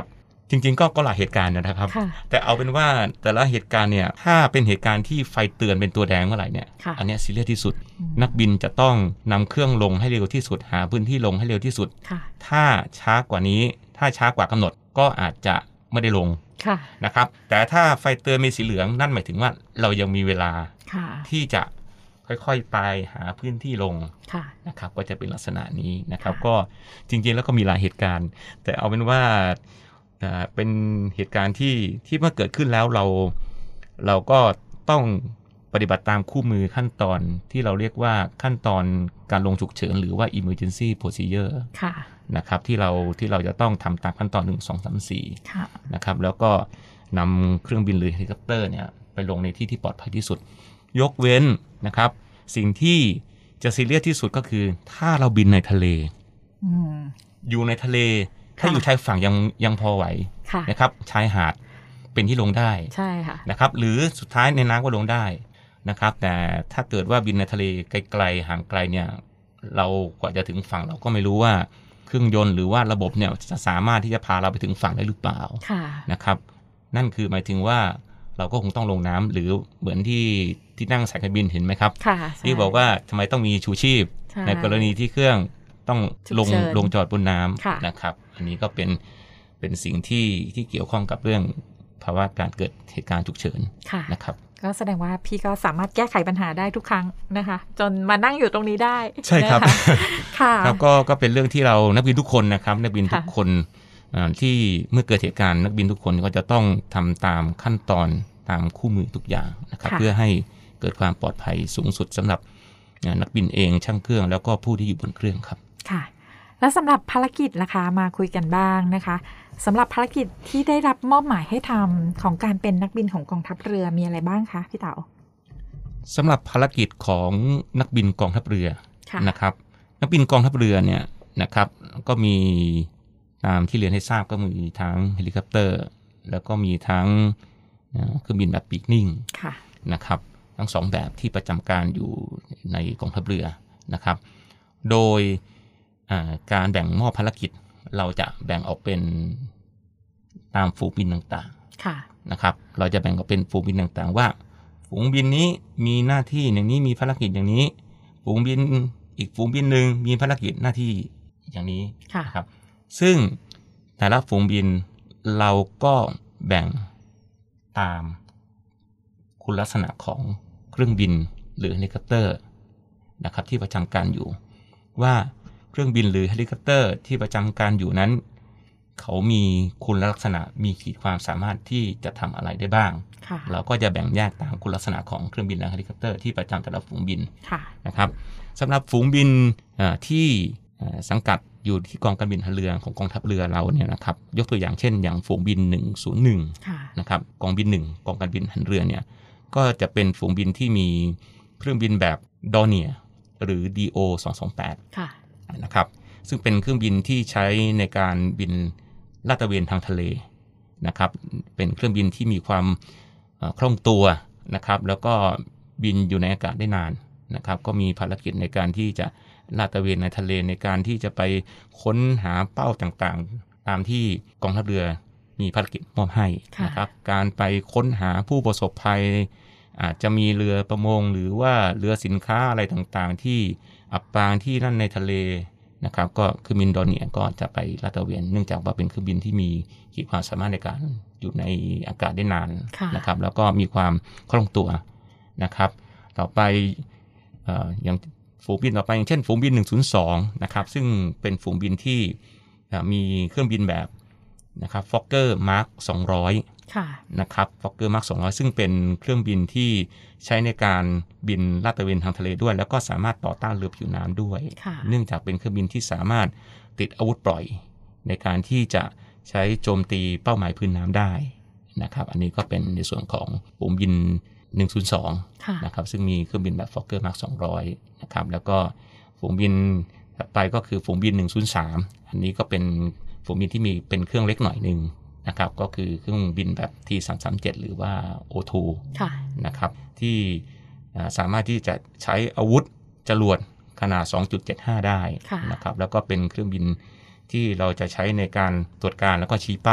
Speaker 4: จริงๆก็ก็หลายเหตุการณ์นะครับแต่เอาเป็นว่าแต่ละเหตุการณ์เนี่ยถ้าเป็นเหตุการณ์ที่ไฟเตือนเป็นตัวแดงเมื่อไหร่เนี่ยอันนี้ซีเรียสที่สุดนักบินจะต้องนำเครื่องลงให้เร็วที่สุดหาพื้นที่ลงให้เร็วที่สุดถ้าช้ากว่านี้ถ้าช้ากว่ากำหนดก็อาจจะไม่ได้ลงนะครับแต่ถ้าไฟเตือนมีสีเหลืองนั่นหมายถึงว่าเรายังมีเวลาที่จะค่อยๆไปหาพื้นที่ลงนะครับก็จะเป็นลักษณะนี้นะครับก็จริงๆแล้วก็มีหลายเหตุการณ์แต่เอาเป็นว่าเป็นเหตุการณ์ที่ที่เมื่อเกิดขึ้นแล้วเราเราก็ต้องปฏิบัติตามคู่มือขั้นตอนที่เราเรียกว่าขั้นตอนการลงฉุกเฉินหรือว่า emergency procedure นะครับที่เราที่เราจะต้องทำตามขั้นตอนหนึ่ง สอง สาม สี่นะครับแล้วก็นำเครื่องบินหรือเฮลิคอปเตอร์เนี่ยไปลงในที่ที่ปลอดภัยที่สุดยกเว้นนะครับสิ่งที่จะซีเรียสที่สุดก็คือถ้าเราบินในทะเลอยู่ในทะเลถ้าอยู่ชายฝั่งยังยังพอไหวนะครับชายหาดเป็นที่ลงได้ใช่ค่ะนะครับหรือสุดท้ายในน้ำก็ลงได้นะครับแต่ถ้าเกิดว่าบินในทะเลไกลๆห่างไกลเนี่ยเรากว่าจะถึงฝั่งเราก็ไม่รู้ว่าเครื่องยนต์หรือว่าระบบเนี่ยจะสามารถที่จะพาเราไปถึงฝั่งได้หรือเปล่านะครับนั่นคือหมายถึงว่าเราก็คงต้องลงน้ำหรือเหมือนที่ที่นั่งสายการบินเห็นไหมครับที่บอกว่าทำไมต้องมีชูชีพ ใน, ในกรณีที่เครื่องต้องลงลงจอดบนน้ำนะครับอันนี้ก็เป็นเป็นสิ่งที่ที่เกี่ยวข้องกับเรื่องภาวะการเกิดเหตุการณ์ฉุกเฉินนะครับ
Speaker 3: ก็แสดงว่าพี่ก็สามารถแก้ไขปัญหาได้ทุกครั้งนะคะจนมานั่งอยู่ตรงนี้ได้
Speaker 4: ใช่ครับค่ะครับก็ก็เป็นเรื่องที่เรานักบินทุกคนนะครับนักบินทุกคนที่เมื่อเกิดเหตุการณ์นักบินทุกคนก็จะต้องทำตามขั้นตอนตามคู่มือทุกอย่างนะครับเพื่อให้เกิดความปลอดภัยสูงสุดสำหรับนักบินเองช่างเครื่องแล้วก็ผู้ที่อยู่บนเครื่องครับ
Speaker 3: ค่ะแล้วสำหรับภารกิจล่ะคะมาคุยกันบ้างนะคะสำหรับภารกิจที่ได้รับมอบหมายให้ทำของการเป็นนักบินของกองทัพเรือมีอะไรบ้างคะพี่เต๋า
Speaker 4: สำหรับภารกิจของนักบินกองทัพเรือนะครับนักบินกองทัพเรือเนี่ยนะครับก็มีตามที่เรียนให้ทราบก็มีทั้งเฮลิคอปเตอร์แล้วก็มีทั้งเครื่องบินแบบปีกนิ่งนะครับทั้งสองแบบที่ประจำการอยู่ในกองทัพเรือนะครับโดยการแบ่งมอบภารกิจเราจะแบ่งออกเป็นตามฝูงบินต่างๆนะครับเราจะแบ่งออกเป็นฝูงบินต่างๆว่าฝูงบินนี้มีหน้าที่อย่างนี้มีภารกิจอย่างนี้ฝูงบินอีกฝูงบินหนึ่งมีภารกิจหน้าที่อย่างนี้ครับซึ่งแต่ละฝูงบินเราก็แบ่งตามคุณลักษณะของเครื่องบินหรือเฮลิคอปเตอร์นะครับที่ประจำการอยู่ว่าเครื่องบินหรือเฮลิคอปเตอร์ที่ประจำการอยู่นั้นเขามีคุณลักษณะมีขีดความสามารถที่จะทำอะไรได้บ้างเราก็จะแบ่งแยกตามคุณลักษณะของเครื่องบินและเฮลิคอปเตอร์ที่ประจำแต่ละฝูงบินนะครับสำหรับฝูงบินที่สังกัดอยู่ที่กองการบินทหารเรือของกองทัพเรือเราเนี่ยนะครับยกตัวอย่างเช่นอย่างฝูงบินหนึ่งศูนย์หนึ่งนะครับกองบินหนึ่งกองการบินทหารเรือเนี่ยก็จะเป็นฝูงบินที่มีเครื่องบินแบบดอเนียหรือ ดี โอ สองสองแปด ค่ะนะครับซึ่งเป็นเครื่องบินที่ใช้ในการบินลาดตระเวนทางทะเลนะครับเป็นเครื่องบินที่มีความคล่องตัวนะครับแล้วก็บินอยู่ในอากาศได้นานนะครับก็มีภารกิจในการที่จะลาดตระเวนในทะเลในการที่จะไปค้นหาเป้าต่างๆตามที่กองทัพเรือมีภารกิจมอบให้นะครับการไปค้นหาผู้ประสบภัยอาจจะมีเรือประมงหรือว่าเรือสินค้าอะไรต่างๆที่อับปางที่นั่นในทะเลนะครับก็คือบินดอเนียก็จะไปลาดตระเวนเนื่องจากว่าเป็นเครื่องบินที่มีขีดความสามารถในการอยู่ในอากาศได้นานนะครับแล้วก็มีความคล่องตัวนะครับต่อไปเอ่ออย่างฝูงบินต่อไปอย่างเช่นฝูงบินหนึ่งศูนย์สองนะครับซึ่งเป็นฝูงบินที่มีเครื่องบินแบบนะครับ Fokker Mark สองร้อยนะครับ Fokker Mark สองร้อยซึ่งเป็นเครื่องบินที่ใช้ในการบินลาดตระเวนทางทะเลด้วยแล้วก็สามารถต่อต้านเรือผิวน้ำด้วยเนื่องจากเป็นเครื่องบินที่สามารถติดอาวุธปล่อยในการที่จะใช้โจมตีเป้าหมายพื้นน้ำได้นะครับอันนี้ก็เป็นในส่วนของฝูงบินหนึ่งศูนย์สองนะครับซึ่งมีเครื่องบินแบบ Fokker Mark สองร้อยนะครับแล้วก็ฝูงบินถัดไปก็คือฝูงบินหนึ่งศูนย์สามอันนี้ก็เป็นฝูงบินที่มีเป็นเครื่องเล็กหน่อยนึงนะครับก็คือเครื่องบินแบบ ที สามสามเจ็ด หรือว่า โอ ทู นะครับที่สามารถที่จะใช้อาวุธจรวดขนาด สองจุดเจ็ดห้า ได้นะครับแล้วก็เป็นเครื่องบินที่เราจะใช้ในการตรวจการแล้วก็ชี้เป้า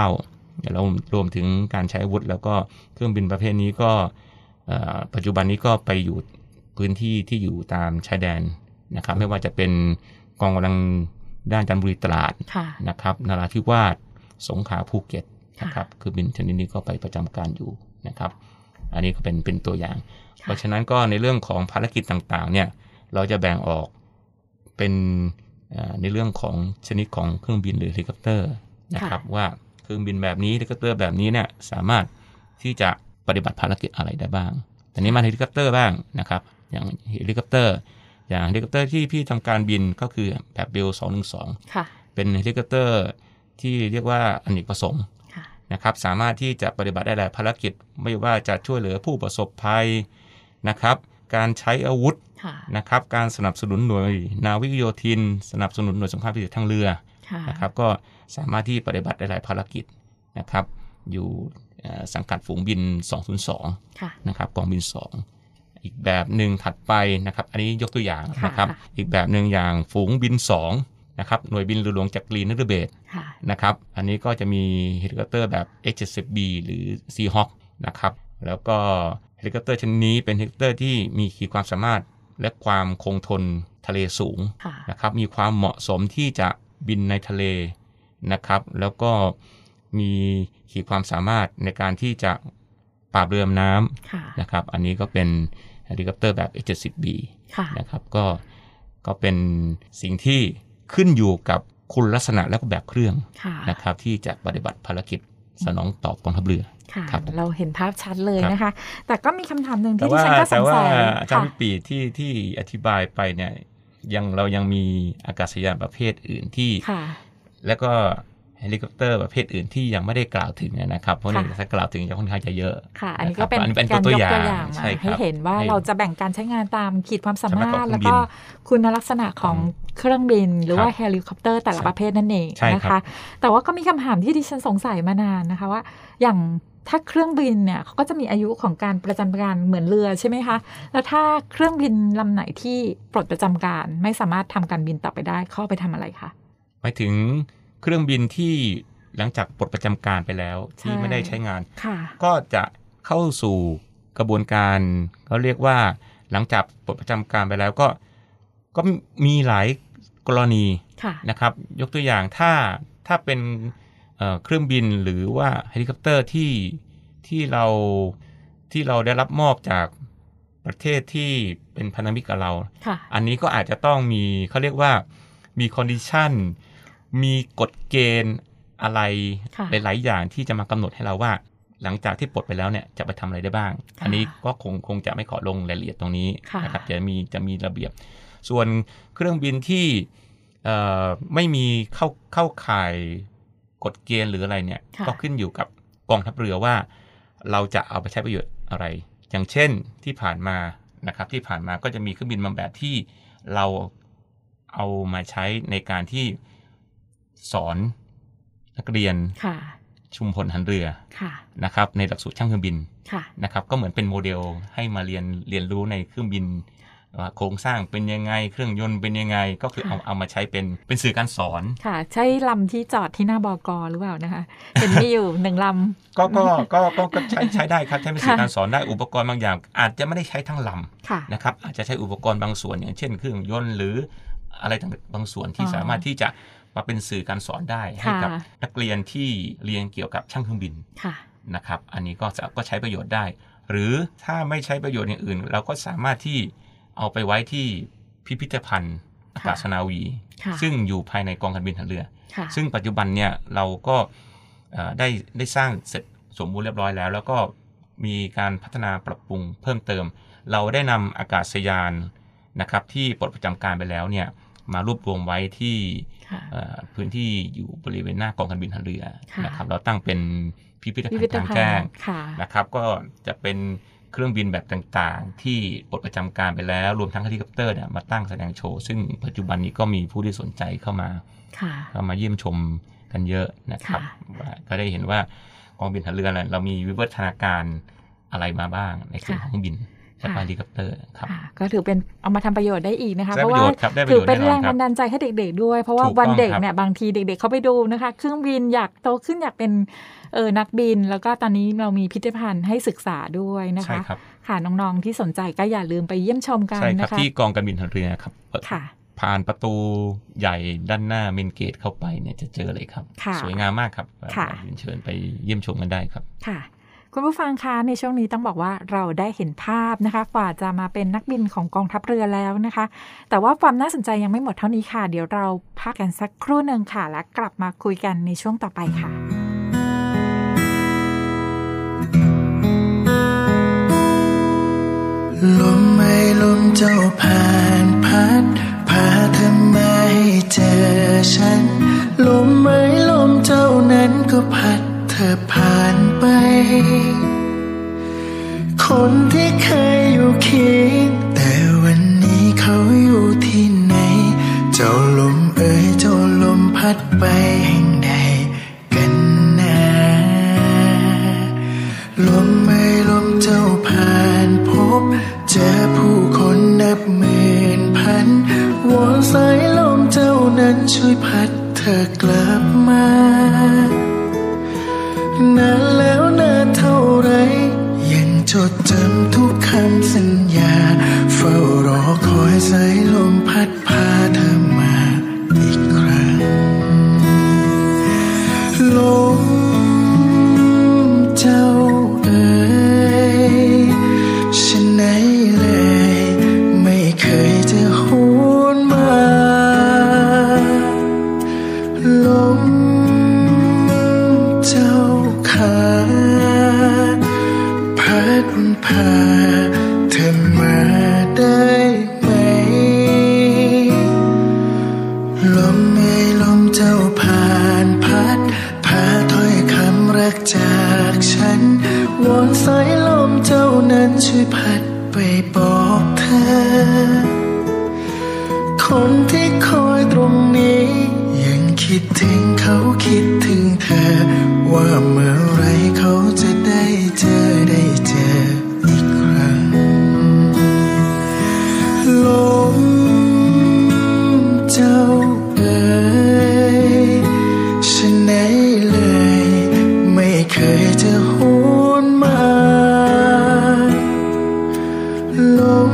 Speaker 4: แล้วรวมถึงการใช้อาวุธแล้วก็เครื่องบินประเภทนี้ก็ปัจจุบันนี้ก็ไปอยู่พื้นที่ที่อยู่ตามชายแดนนะครับไม่ว่าจะเป็นกองกำลังด้านจันทบุรีตราดนะครับนราธิวาสสงขลาภูเก็ตนะครับคือบินชนิดนี้ก็ไปประจำการอยู่นะครับอันนี้ก็เป็นเป็นตัวอย่างเพราะฉะนั้นก็ในเรื่องของภารกิจต่างๆเนี่ยเราจะแบ่งออกเป็นในเรื่องของชนิดของเครื่องบินหรือเฮลิคอปเตอร์นะครับว่าเครื่องบินแบบนี้เฮลิคอปเตอร์แบบนี้เนี่ยสามารถที่จะปฏิบัติภารกิจอะไรได้บ้างแต่นี้มาเฮลิคอปเตอร์บ้างนะครับอย่างเฮลิคอปเตอร์อย่างเฮลิคอปเตอร์ที่พี่ทำการบินก็คือแบบเบลสองหนึ่งสองเป็นเฮลิคอปเตอร์ที่เรียกว่าอเนกประสงค์นะครับสามารถที่จะปฏิบัติได้หลายภารกิจไม่ว่าจะช่วยเหลือผู้ประสบภัยนะครับการใช้อาวุธนะครับการสนับสนุนหน่วยนาวิกโยธินสนับสนุนหน่วยสงครามพิเศษทางเรือนะครับก็สามารถที่ปฏิบัติได้หลายภารกิจนะครับอยู่สังกัดฝูงบินสองศูนย์สองนะครับกองบินสองอีกแบบหนึ่งถัดไปนะครับอันนี้ยกตัวอย่างนะครับอีกแบบหนึ่งอย่างฝูงบินสองนะครับหน่วยบินเรือหลวงจักรีนฤเบศรนะครับอันนี้ก็จะมีเฮลิคอปเตอร์แบบ เอ็กซ์ เจ็ดสิบ บี หรือ Seahawk นะครับแล้วก็เฮลิคอปเตอร์ชนิดนี้เป็นเฮลิคอปเตอร์ที่มีขีดความสามารถและความคงทนทะเลสูงนะครับมีความเหมาะสมที่จะบินในทะเลนะครับแล้วก็มีขีดความสามารถในการที่จะปราบเรือดำน้ำนะครับอันนี้ก็เป็นเฮลิคอปเตอร์แบบ เอ็กซ์ เจ็ดสิบ บี นะครับก็ก็เป็นสิ่งที่ขึ้นอยู่กับคุณลักษณะและแบบเครื่องนะครับที่จะปฏิบัติภารกิจสนองตอบกองทัพเรือ
Speaker 3: เราเห็นภาพชัดเลยนะคะแต่ก็มีคำถามหนึ่งที่ดิฉันก็สงสัย
Speaker 4: แต่ว่าอาจารย์ปีที่ที่อธิบายไปเนี่ยยังเรายังมีอากาศยานประเภทอื่นที่แล้วก็เฮลิคอปเตอร์ประเภทอื่นที่ยังไม่ได้กล่าวถึงนะครับเพราะนี่ถ้ากล่าวถึงจะค่อนข้างจะเยอะ
Speaker 3: ค่ะอันนี้ก็เป็นการยกตัวอย่างมาให้เห็นว่าเราจะแบ่งการใช้งานตามขีดความสามารถแล้วก็คุณลักษณะของเครื่องบินหรือว่าเฮลิคอปเตอร์แต่ละประเภทนั่นเองนะคะแต่ว่าก็มีคำถามที่ดิฉันสงสัยมานานนะคะว่าอย่างถ้าเครื่องบินเนี่ยเขาก็จะมีอายุของการประจำการเหมือนเรือใช่ไหมคะแล้วถ้าเครื่องบินลำไหนที่ปลดประจำการไม่สามารถทำการบินต่อไปได้เข้าไปทำอะไรคะ
Speaker 4: หมายถึงเครื่องบินที่หลังจากปลดประจำการไปแล้วที่ไม่ได้ใช้งานก็จะเข้าสู่กระบวนการเขาเรียกว่าหลังจากปลดประจำการไปแล้วก็ก็มีหลายกรณีนะครับยกตัวอย่างถ้าถ้าเป็นเครื่องบินหรือว่าเฮลิคอปเตอร์ที่ที่เราที่เราได้รับมอบจากประเทศที่เป็นพันธมิตรกับเราอันนี้ก็อาจจะต้องมีเขาเรียกว่ามีคอนดิชันมีกฎเกณฑ์อะไรหลายๆอย่างที่จะมากำหนดให้เราว่าหลังจากที่ปลดไปแล้วเนี่ยจะไปทำอะไรได้บ้างอันนี้ก็คงคงจะไม่ขอลงรายละเอียดตรงนี้นะครับจะมีจะมีระเบียบส่วนเครื่องบินที่ไม่มีเข้าเข้าข่ายกฎเกณฑ์หรืออะไรเนี่ยก็ขึ้นอยู่กับกองทัพเรือว่าเราจะเอาไปใช้ประโยชน์อะไรอย่างเช่นที่ผ่านมานะครับที่ผ่านมาก็จะมีเครื่องบินบางแบบที่เราเอามาใช้ในการที่สอนนักเรียนชุมพลหันเรือนะครับในหลักสูตรช่างเครื่องบินนะครับก็เหมือนเป็นโมเดลให้มาเรียนเรียนรู้ในเครื่องบินว่าโครงสร้างเป็นยังไงเครื่องยนต์เป็นยังไงก็คือเอาเอามาใช้เป็นเป็นสื่อการสอน
Speaker 3: ค่ะใช่ลำที่จอดที่หน้าบก.หรือเปล่านะคะเป็นมีอยู่หนึ่งล
Speaker 4: ำก็ก็ก็ก็ใช้ใช้ได้ครับใช้เป็นสื่อการสอนได้อุปกรณ์บางอย่างอาจจะไม่ได้ใช้ทั้งลำนะครับอาจจะใช้อุปกรณ์บางส่วนอย่างเช่นเครื่องยนต์หรืออะไรต่างบางส่วนที่สามารถที่จะมาเป็นสื่อการสอนได้ให้กับนักเรียนที่เรียนเกี่ยวกับช่างเครื่องบินนะครับอันนี้ก็ก็ใช้ประโยชน์ได้หรือถ้าไม่ใช้ประโยชน์อย่างอื่นเราก็สามารถที่เอาไปไว้ที่พิพิธภัณฑ์อากาศนาวีซึ่งอยู่ภายในกองการบินทหารเรือซึ่งปัจจุบันเนี่ยเราก็ได้ได้สร้างเสร็จสมบูรณ์เรียบร้อยแล้วแล้วก็มีการพัฒนาปรับปรุงเพิ่มเติมเราได้นำอากาศยานนะครับที่ปลดประจำการไปแล้วเนี่ยมารวบรวมไว้ที่พื้นที่อยู่บริเวณหน้ากองการบินทหารเรือนะครับเราตั้งเป็นพิพิธภัณฑ์กลางแจ้งนะครับก็จะเป็นเครื่องบินแบบต่างๆที่ปลดประจำการไปแล้วรวมทั้งเฮลิคอปเตอร์เนี่ยมาตั้งแสดงโชว์ซึ่งปัจจุบันนี้ก็มีผู้ที่สนใจเข้ามาเข้ามาเยี่ยมชมกันเยอะนะครับก็ได้เห็นว่ากองบินทหารเรือเรามีวิวัฒนาการอะไรมาบ้างในส่วนของบินจากเฮลิคอปเตอร์ครับ
Speaker 3: ก็ถือเป็นเอามาทำประโยชน์ได้อีกนะคะ
Speaker 4: เพราะ
Speaker 3: ว่า
Speaker 4: ถื
Speaker 3: อเป็นแรงบันดาลใจให้เด็กๆด้วยเพราะว่าวันเด็กเนี่ยบางทีเด็กๆเขาไปดูนะคะเครื่องบินอยากโตขึ้นอยากเป็นเออนักบินแล้วก็ตอนนี้เรามีพิพิธภัณฑ์ให้ศึกษาด้วยนะคะค่ะน้องๆที่สนใจก็อย่าลืมไปเยี่ยมชมกันนะคะ
Speaker 4: ใช่ครับที่กองการบินทหารเรือครับค่ะผ่านประตูใหญ่ด้านหน้าเมนเกตเข้าไปเนี่ยจะเจอเลยครับสวยงามมากครับเชิญไปเยี่ยมชมกันได้ครับ
Speaker 3: ค่ะคุณผู้ฟังคะในช่วงนี้ต้องบอกว่าเราได้เห็นภาพนะคะกว่าจะมาเป็นนักบินของกองทัพเรือแล้วนะคะแต่ว่าความน่าสนใจยังไม่หมดเท่านี้ค่ะเดี๋ยวเราพักกันสักครู่นึงค่ะแล้วกลับมาคุยกันในช่วงต่อไปค่ะ
Speaker 5: ลมไม่ลมเจ้าผ่านพัดพาเธอมาให้เจอฉันลมไม่ลมเจ้านั้นก็พัดเธอผ่านไปคนที่เคยอยู่เคียงแต่วันนี้เขาอยู่ที่ไหนเจ้าลมเอ่ยเจ้าลมพัดไปแห่งใดกันนะลมไม่ลมเจ้าผ่านพบเจอผู้คนนับหมื่นพันวอนสายลมเจ้านั้นช่วยพัดเธอกลับมานานแล้วนานเท่าไรยังจดจำทุกคำสัญญาเฝ้ารอคอยสายลมพัดพาเธอมาอีกครั้งลมเจ้าเอ๋ยฉันไหนเลยไม่เคยจะหวนมาลมเจ้าขาพัดพาเธอมาได้ไหมลมไม่ลมเจ้าผ่านพัดพาถ้อยคำรักจากฉันวอนสายลมเจ้านั้นช่วยพัดไปบอกเธอคนที่คอยตรงนี้ยังคิดถึงเขาคิดถึงเธอว่าเมื่อไรเขาจะได้เจอได้เจออีกครั้งลมเจ้าเอ๋ยฉันไหนเลยไม่เคยจะหวนมาลม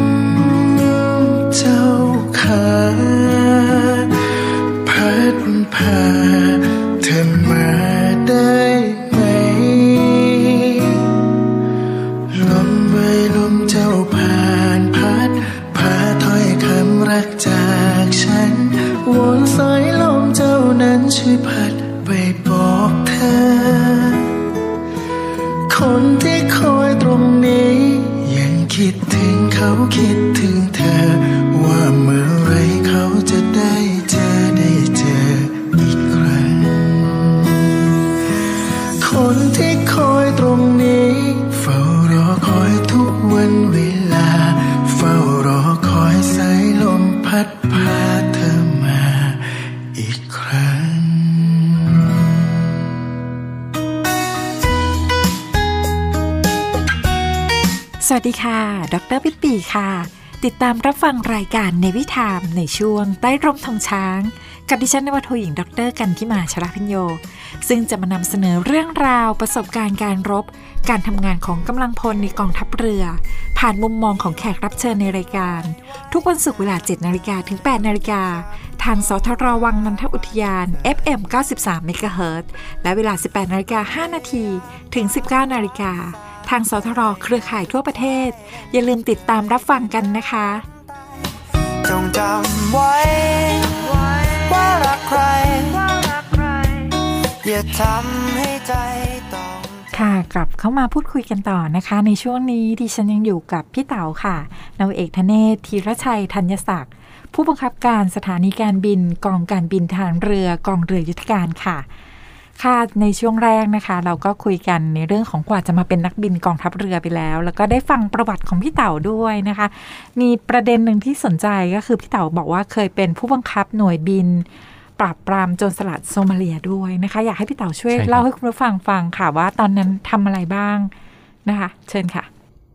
Speaker 5: เจ้าขาพัดพาเธอมาได้ไหมลมไม่ลมเจ้าผ่านพัดพาถ้อยคำรักจากฉันวอนสายลมเจ้านั้นช่วยพัดไปบอกเธอคนที่คอยตรงนี้ยังคิดถึงเขาคิดถึงเธอว่าเมื่อไรเขาจะได้เจอได้เจออีกครั้งคนที่คอยตรงนี้เฝ้ารอคอยทุกวันเวลาเฝ้ารอคอยสายลมพัดพาเธอมาอีกครั้ง
Speaker 3: สวัสดีค่ะดร.ปิ๊ปปี้ค่ะติดตามรับฟังรายการในวิถามในช่วงใต้ร่มธงช้างกับดิฉันนวโทหญิงดร.กันทิมาชลพิญโยซึ่งจะมานำเสนอเรื่องราวประสบการณ์การรบการทำงานของกำลังพลในกองทัพเรือผ่านมุมมองของแขกรับเชิญในรายการทุกวันศุกร์เวลา เจ็ดนาฬิกา ถึง แปดนาฬิกาทางสทรวังนันทอุทยาน เอฟ เอ็ม เก้าสิบสาม เมกะเฮิรตซ์และเวลา สิบแปดนาฬิกาห้านาที ถึง สิบเก้านาฬิกาทางสทรเครือข่ายทั่วประเทศอย่าลืมติดตามรับฟังกันนะคะ
Speaker 5: จงจำไว้ว่ารักใครอย่าทำให้ใจต้อง
Speaker 3: ค่ะกลับเข้ามาพูดคุยกันต่อนะคะในช่วงนี้ดิฉันยังอยู่กับพี่เต๋าค่ะนาวาเอกธเนศธีรชัยธัญศักดิ์ผู้บังคับการสถานีการบินกองการบินทหารเรือกองเรือยุทธการค่ะค่ะในช่วงแรกนะคะเราก็คุยกันในเรื่องของกว่าจะมาเป็นนักบินกองทัพเรือไปแล้วแล้วก็ได้ฟังประวัติของพี่เต๋าด้วยนะคะมีประเด็นหนึ่งที่สนใจก็คือพี่เต๋าบอกว่าเคยเป็นผู้บังคับหน่วยบินปราบปรามโจรสลัดโซมาเลียด้วยนะคะอยากให้พี่เต๋าช่วยเล่าให้คุณผู้ฟังฟังค่ะว่าตอนนั้นทำอะไรบ้างนะคะเชิญค่ะ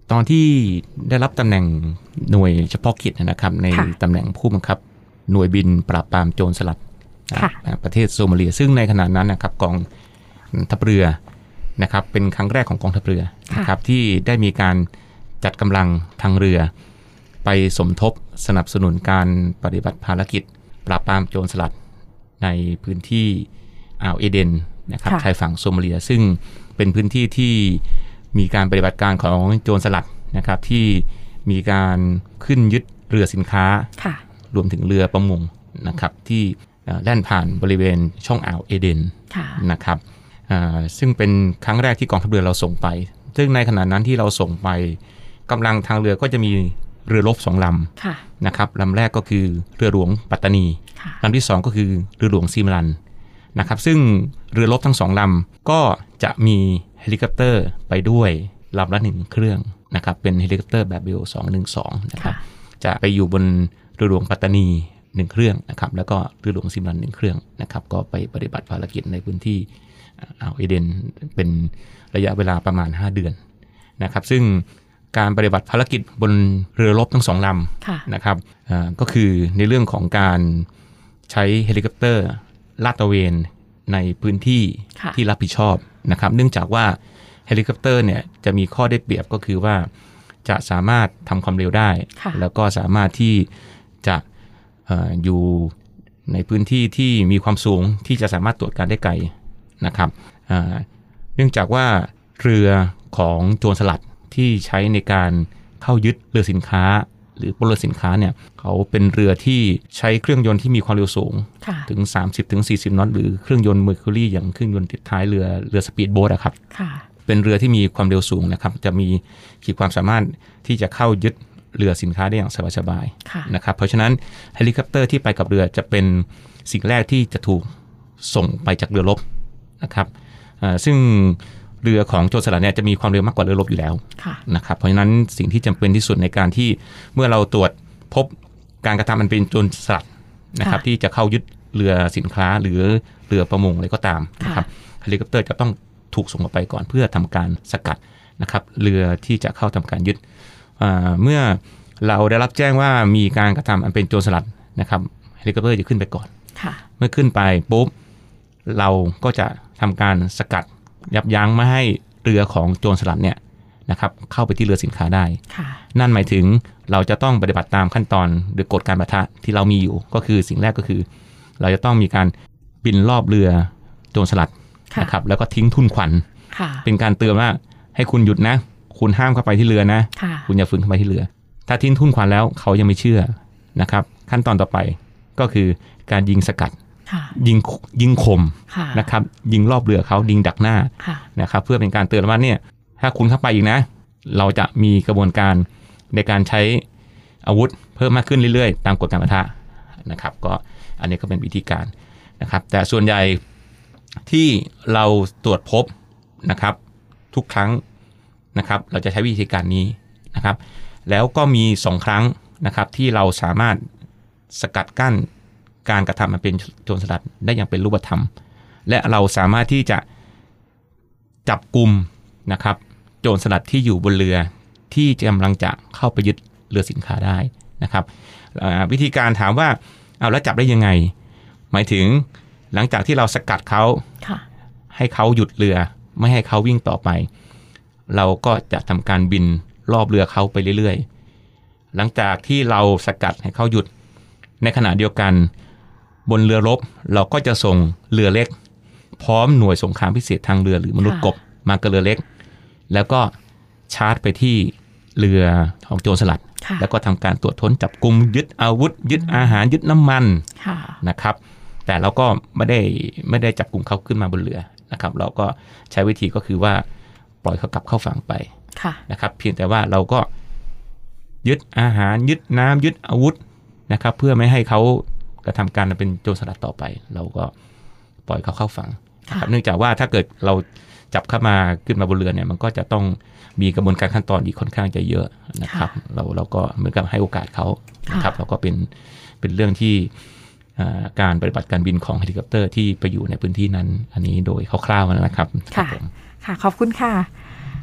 Speaker 4: ตอนที่ได้รับตำแหน่งหน่วยเฉพาะกิจนะครับในตำแหน่งผู้บังคับหน่วยบินปราบปรามโจรสลัดประเทศโซมาเลียซึ่งในขณะนั้นนะครับกองทัพเรือนะครับเป็นครั้งแรกของกองทัพเรือนะครับที่ได้มีการจัดกำลังทางเรือไปสมทบสนับสนุนการปฏิบัติภารกิจปราบปรามโจรสลัดในพื้นที่อ่าวเอเดนนะครับชายฝั่งโซมาเลียซึ่งเป็นพื้นที่ที่มีการปฏิบัติการของโจรสลัดนะครับที่มีการขึ้นยึดเรือสินค้ารวมถึงเรือประมงนะครับที่แล่นผ่านบริเวณช่องอ่าวเอเดนนะครับซึ่งเป็นครั้งแรกที่กองทัพเรือเราส่งไปซึ่งในขณะนั้นที่เราส่งไปกำลังทางเรือก็จะมีเรือรบสองลำนะครับลำแรกก็คือเรือหลวงปัตตานีลำที่สองก็คือเรือหลวงซีมรันนะครับซึ่งเรือรบทั้งสองลำก็จะมีเฮลิคอปเตอร์ไปด้วยลำละหนึ่งเครื่องนะครับเป็นเฮลิคอปเตอร์แบบเบลสองหนึ่งสองนะครับจะไปอยู่บนเรือหลวงปัตตานีหนึ่งเครื่องนะครับแล้วก็เรือหลวงซีมรันหนึ่งเครื่องนะครับก็ไปปฏิบัติภารกิจในพื้นที่อ่าวเอเดนเป็นระยะเวลาประมาณห้าเดือนนะครับซึ่งการปฏิบัติภารกิจบนเรือรบทั้งสองลำนะครับก็คือในเรื่องของการใช้เฮลิคอปเตอร์ลาดตระเวนในพื้นที่ที่รับผิดชอบนะครับเนื่องจากว่าเฮลิคอปเตอร์เนี่ยจะมีข้อได้เปรียบก็คือว่าจะสามารถทำความเร็วได้แล้วก็สามารถที่จะเอ่ออยู่ในพื้นที่ที่มีความสูงที่จะสามารถตรวจการได้ไกลนะครับเนื่องจากว่าเรือของโจรสลัดที่ใช้ในการเข้ายึดเรือสินค้าหรือปล้นเรือสินค้าเนี่ยเขาเป็นเรือที่ใช้เครื่องยนต์ที่มีความเร็วสูงถึง สามสิบถึงสี่สิบ นอตหรือเครื่องยนต์เมอร์คิวรีอย่างเครื่องยนต์ติดท้ายเรือเรือสปีดโบ๊ทอะครับเป็นเรือที่มีความเร็วสูงนะครับจะมีขีดความสามารถที่จะเข้ายึดเรือสินค้าได้อย่างสบายๆนะครับเพราะฉะนั้นเฮลิคอปเตอร์ที่ไปกับเรือจะเป็นสิ่งแรกที่จะถูกส่งไปจากเรือรบนะครับซึ่งเรือของโจรสลัดเนี่ยจะมีความเร็วมากกว่าเรือรบอยู่แล้วนะครับเพราะฉะนั้นสิ่งที่จำเป็นที่สุดในการที่เมื่อเราตรวจพบการกระทำมันเป็นโจรสลัดนะครับที่จะเข้ายึดเรือสินค้าหรือเรือประมงอะไรก็ตามนะครับเฮลิคอปเตอร์จะต้องถูกส่งออกไปก่อนเพื่อทำการสกัดนะครับเรือที่จะเข้าทำการยึดเมื่อเราได้รับแจ้งว่ามีการกระทำอันเป็นโจรสลัดนะครับเฮลิคอปเตอร์จะขึ้นไปก่อนเมื่อขึ้นไปปุ๊บเราก็จะทำการสกัดยับยั้งไม่ให้เรือของโจรสลัดเนี่ยนะครับเข้าไปที่เรือสินค้าได้นั่นหมายถึงเราจะต้องปฏิบัติตามขั้นตอนหรือกฎการปะทะที่เรามีอยู่ก็คือสิ่งแรกก็คือเราจะต้องมีการบินรอบเรือโจรสลัดนะครับแล้วก็ทิ้งทุ่นควันเป็นการเตือนว่าให้คุณหยุดนะคุณห้ามเข้าไปที่เรือนะคุณอย่าฝืนเข้าไปที่เรือถ้าทิ้งทุ่นควันแล้วเขายังไม่เชื่อนะครับขั้นตอนต่อไปก็คือการยิงสกัดยิงยิงข่มนะครับยิงรอบเรือเขายิงดักหน้านะครับเพื่อเป็นการเตือนว่าเนี่ยถ้าคุณเข้าไปอีกนะเราจะมีกระบวนการในการใช้อาวุธเพิ่มมากขึ้นเรื่อยๆตามกฎการปะทะนะครับก็อันนี้ก็เป็นวิธีการนะครับแต่ส่วนใหญ่ที่เราตรวจพบนะครับทุกครั้งนะครับเราจะใช้วิธีการนี้นะครับแล้วก็มีสองครั้งนะครับที่เราสามารถสกัดกั้นการกระทำมันเป็นโจรสลัดได้อย่างเป็นรูปธรรมและเราสามารถที่จะจับกุมนะครับโจรสลัดที่อยู่บนเรือที่กำลังจะเข้าไปยึดเรือสินค้าได้นะครับวิธีการถามว่าเอาแล้วจับได้ยังไงหมายถึงหลังจากที่เราสกัดเขาให้เขาหยุดเรือไม่ให้เขาวิ่งต่อไปเราก็จะทำการบินรอบเรือเขาไปเรื่อยๆหลังจากที่เราสกัดให้เขาหยุดในขณะเดียวกันบนเรือรบเราก็จะส่งเรือเล็กพร้อมหน่วยสงครามพิเศษทางเรือหรือมนุษย์กบมากับเรือเล็กแล้วก็ชาร์จไปที่เรือของโจรสลัดแล้วก็ทำการตรวจค้นจับกุมยึดอาวุธยึดอาหารยึดน้ำมันนะครับแต่เราก็ไม่ได้ไม่ได้จับกุมเขาขึ้นมาบนเรือนะครับเราก็ใช้วิธีก็คือว่าปล่อยเขากลับเข้าฝั่งไปนะครับเพียงแต่ว่าเราก็ยึดอาหารยึดน้ำยึดอาวุธนะครับเพื่อไม่ให้เขากระทำการเป็นโจรสลัดต่อไปเราก็ปล่อยเขาเข้าฝั่งนะครับเนื่องจากว่าถ้าเกิดเราจับเข้ามาขึ้นมาบนเรือเนี่ยมันก็จะต้องมีกระบวนการขั้นตอนอีกค่อนข้างจะเยอะนะครับเราเราก็เหมือนกับให้โอกาสเขานะครับเราก็เป็นเป็นเรื่องที่การปฏิบัติการบินของเฮลิคอปเตอร์ที่ไปอยู่ในพื้นที่นั้นอันนี้โดยคร่าวๆนะครับ
Speaker 3: ค่ะค่ะขอบคุณค่ะ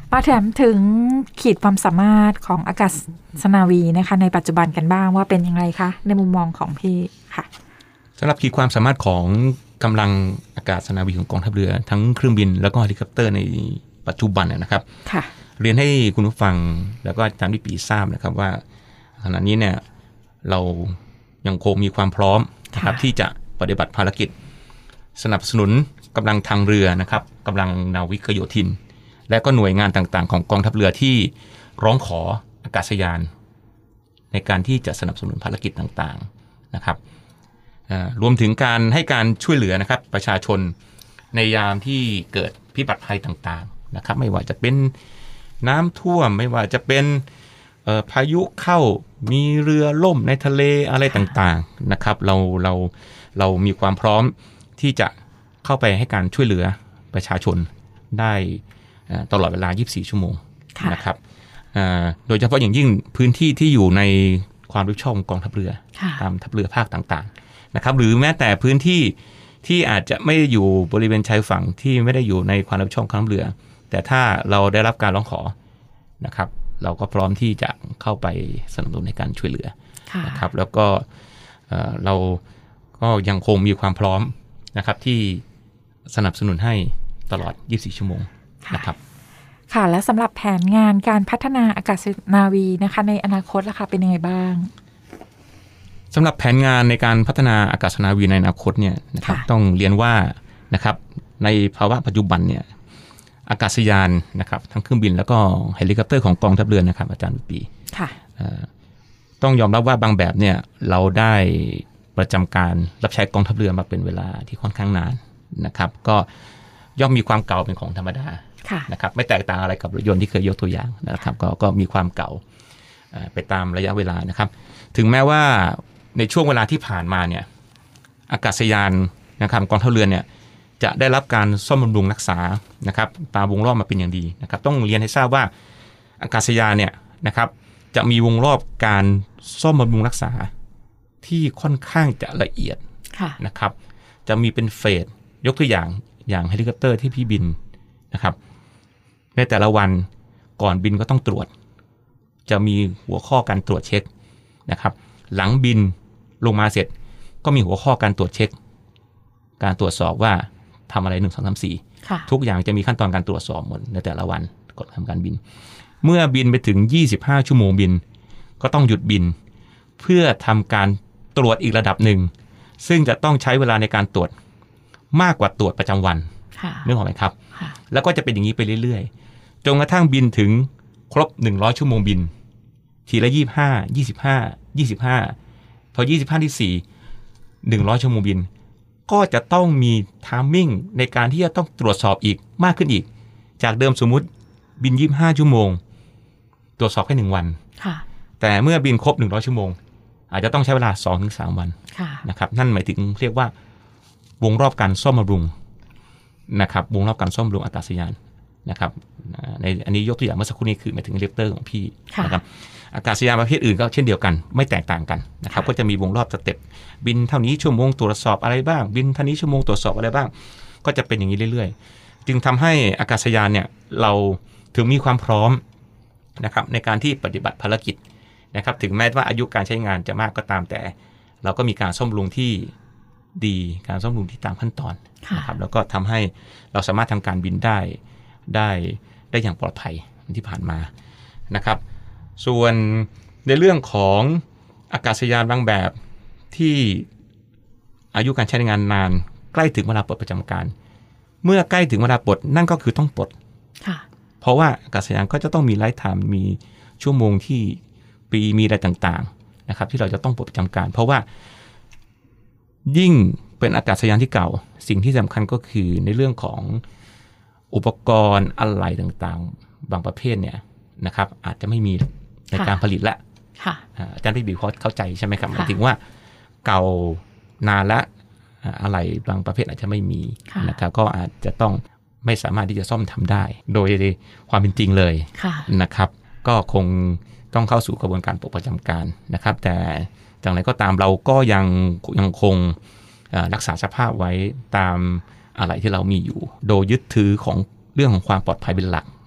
Speaker 3: มาถามถึงขีดความสามารถของอากาศนาวีนะคะในปัจจุบันกันบ้างว่าเป็นยังไงคะในมุมมองของพี่ค่ะ
Speaker 4: สำหรับขีดความสามารถของกำลังอากาศนาวีของกองทัพเรือทั้งเครื่องบินแล้วก็เฮลิคอปเตอร์ในปัจจุบันนะครับ
Speaker 3: ค่ะ
Speaker 4: เรียนให้คุณผู้ฟังแล้วก็อาจารย์วิปีทราบนะครับว่าขณะนี้เนี่ยเรายังคงมีความพร้อมนะครับที่จะปฏิบัติภารกิจสนับสนุนกำลังทางเรือนะครับกำลังนาวิกโยธินและก็หน่วยงานต่างๆของกองทัพเรือที่ร้องขออากาศยานในการที่จะสนับสนุนภารกิจต่างๆนะครับรวมถึงการให้การช่วยเหลือนะครับประชาชนในยามที่เกิดพิบัติภัยต่างๆนะครับไม่ว่าจะเป็นน้ำท่วมไม่ว่าจะเป็นพายุเข้ามีเรือล่มในทะเลอะไรต่างๆนะครับเราเราเรามีความพร้อมที่จะเข้าไปให้การช่วยเหลือประชาชนได้ตลอดเวลายี่สิบสี่ชั่วโมงนะครับโดยเฉพาะอย่างยิ่งพื้นที่ที่อยู่ในความรับผิดชอบของกองทัพเรือตามทัพเรือภาคต่างๆนะครับหรือแม้แต่พื้นที่ที่อาจจะไม่ได้อยู่บริเวณชายฝั่งที่ไม่ได้อยู่ในความรับผิดชอบของกองทัพเรือแต่ถ้าเราได้รับการร้องขอนะครับเราก็พร้อมที่จะเข้าไปสนับสนุนในการช่วยเหลือนะครับแล้วก็เราก็ยังคงมีความพร้อมนะครับที่สนับสนุนให้ตลอดยี่สิบสี่ชั่วโมงนะครับ
Speaker 3: ค่ะและสำหรับแผนงานการพัฒนาอากาศนาวีนะคะในอนาคตล่ะคะเป็นยังไงบ้าง
Speaker 4: สำหรับแผนงานในการพัฒนาอากาศนาวีในอนาคตเนี่ยนะครับต้องเรียนว่านะครับในภาวะปัจจุบันเนี่ยอากาศยานนะครับทั้งเครื่องบินแล้วก็เฮลิคอปเตอร์ของกองทัพเรือนะครับอาจารย์วิปีต้องยอมรับว่าบางแบบเนี่ยเราได้ประจำการรับใช้กองทัพเรือมาเป็นเวลาที่ค่อนข้างนานนะครับก็ย่อมมีความเก่าเป็นของธรรมดานะครับไม่แตกต่างอะไรกับรถยนต์ที่เคยยกตัวอย่างนะครับก็ก็มีความเก่าไปตามระยะเวลานะครับถึงแม้ว่าในช่วงเวลาที่ผ่านมาเนี่ยอากาศยานนะครับกองทัพเรือเนี่ยจะได้รับการซ่อมบำรุงรักษานะครับตามวงรอบมาเป็นอย่างดีนะครับต้องเรียนให้ทราบว่าอากาศยานเนี่ยนะครับจะมีวงรอบการซ่อมบำรุงรักษาที่ค่อนข้างจะละเอียดนะครับจะมีเป็นเฟสยกตัวอย่างอย่างเฮลิคอปเตอร์ที่พี่บินนะครับในแต่ละวันก่อนบินก็ต้องตรวจจะมีหัวข้อการตรวจเช็คนะครับหลังบินลงมาเสร็จก็มีหัวข้อการตรวจเช็คการตรวจสอบว่าทำอะไรหนึ่งสองสามสี่ทุกอย่างจะมีขั้นตอนการตรวจสอบหมดในแต่ละวันก่อนทำการบินเมื่อบินไปถึงยี่สิบห้าชั่วโมงบินก็ต้องหยุดบินเพื่อทำการตรวจอีกระดับหนึ่งซึ่งจะต้องใช้เวลาในการตรวจมากกว่าตรวจประจำวันนึกออกไหมครับแล้วก็จะเป็นอย่างนี้ไปเรื่อยๆจนกระทั่งบินถึงครบหนึ่งร้อยชั่วโมงบินทีละยี่สิบห้า ยี่สิบห้า ยี่สิบห้าพอยี่สิบห้าที่สี่ หนึ่งร้อยชั่วโมงบินก็จะต้องมีไทมิ่งในการที่จะต้องตรวจสอบอีกมากขึ้นอีกจากเดิมสมมุติบินยี่สิบห้าชั่วโมงตรวจสอบแค่หนึ่งวันแต่เมื่อบินครบหนึ่งร้อยชั่วโมงอาจจะต้องใช้เวลา สองถึงสาม วันนะครับนั่นหมายถึงเรียกว่าวงรอบการซ่อมบำรุงนะครับวงรอบการซ่อมบำรุงอากาศยานนะครับในอันนี้ยกตัวอย่างเมื่อสักครู่นี้คือหมายถึงเฮลิคอปเตอร์ของพี่นะครับอากาศยานประเภทอื่นก็เช่นเดียวกันไม่แตกต่างกันนะครับก็จะมีวงรอบสเต็ปบินเท่านี้ชั่วโมงตรวจสอบอะไรบ้างบินเท่านี้ชั่วโมงตรวจสอบอะไรบ้างก็จะเป็นอย่างนี้เรื่อยๆจึงทำให้อากาศยานเนี่ยเราถึงมีความพร้อมนะครับในการที่ปฏิบัติภารกิจนะครับถึงแม้ว่าอายุการใช้งานจะมากก็ตามแต่เราก็มีการซ่อมบำรุงที่ดีการซ่อมบำรุงที่ตามขั้นตอนนะครับแล้วก็ทำให้เราสามารถทำการบินได้ได้ได้อย่างปลอดภัยที่ผ่านมานะครับส่วนในเรื่องของอากาศยานบางแบบที่อายุการใช้งานนานใกล้ถึงเวลาปลดประจำการเมื่อใกล้ถึงเวลาปลดนั่นก็คือต้องปลดเพราะว่าอากาศยานก็จะต้องมีไลฟ์ไทม์มีชั่วโมงที่ปีมีอะไรต่างๆนะครับที่เราจะต้องปลดประจำการเพราะว่ายิ่งเป็นอากาศยานที่เก่าสิ่งที่สำคัญก็คือในเรื่องของอุปกรณ์อะไหล่ต่างๆบางประเภทเนี่ยนะครับอาจจะไม่มีในการผลิตละอาจารย์พี่บีเข้าใจใช่ไหมครับหมายถึงว่าเก่านานละอะไหล่บางประเภทอาจจะไม่มีนะครับก็อาจจะต้องไม่สามารถที่จะซ่อมทำได้โดยความเป็นจริงเลยนะครับก็คงต้องเข้าสู่กระบวนการปลดประจำการนะครับแต่อย่างไรก็ตามเราก็ยังยังคงรักษาสภาพไว้ตามอะไรที่เรามีอยู่โดยยึดถือของเรื่องของความปลอดภัยเป็นหลัก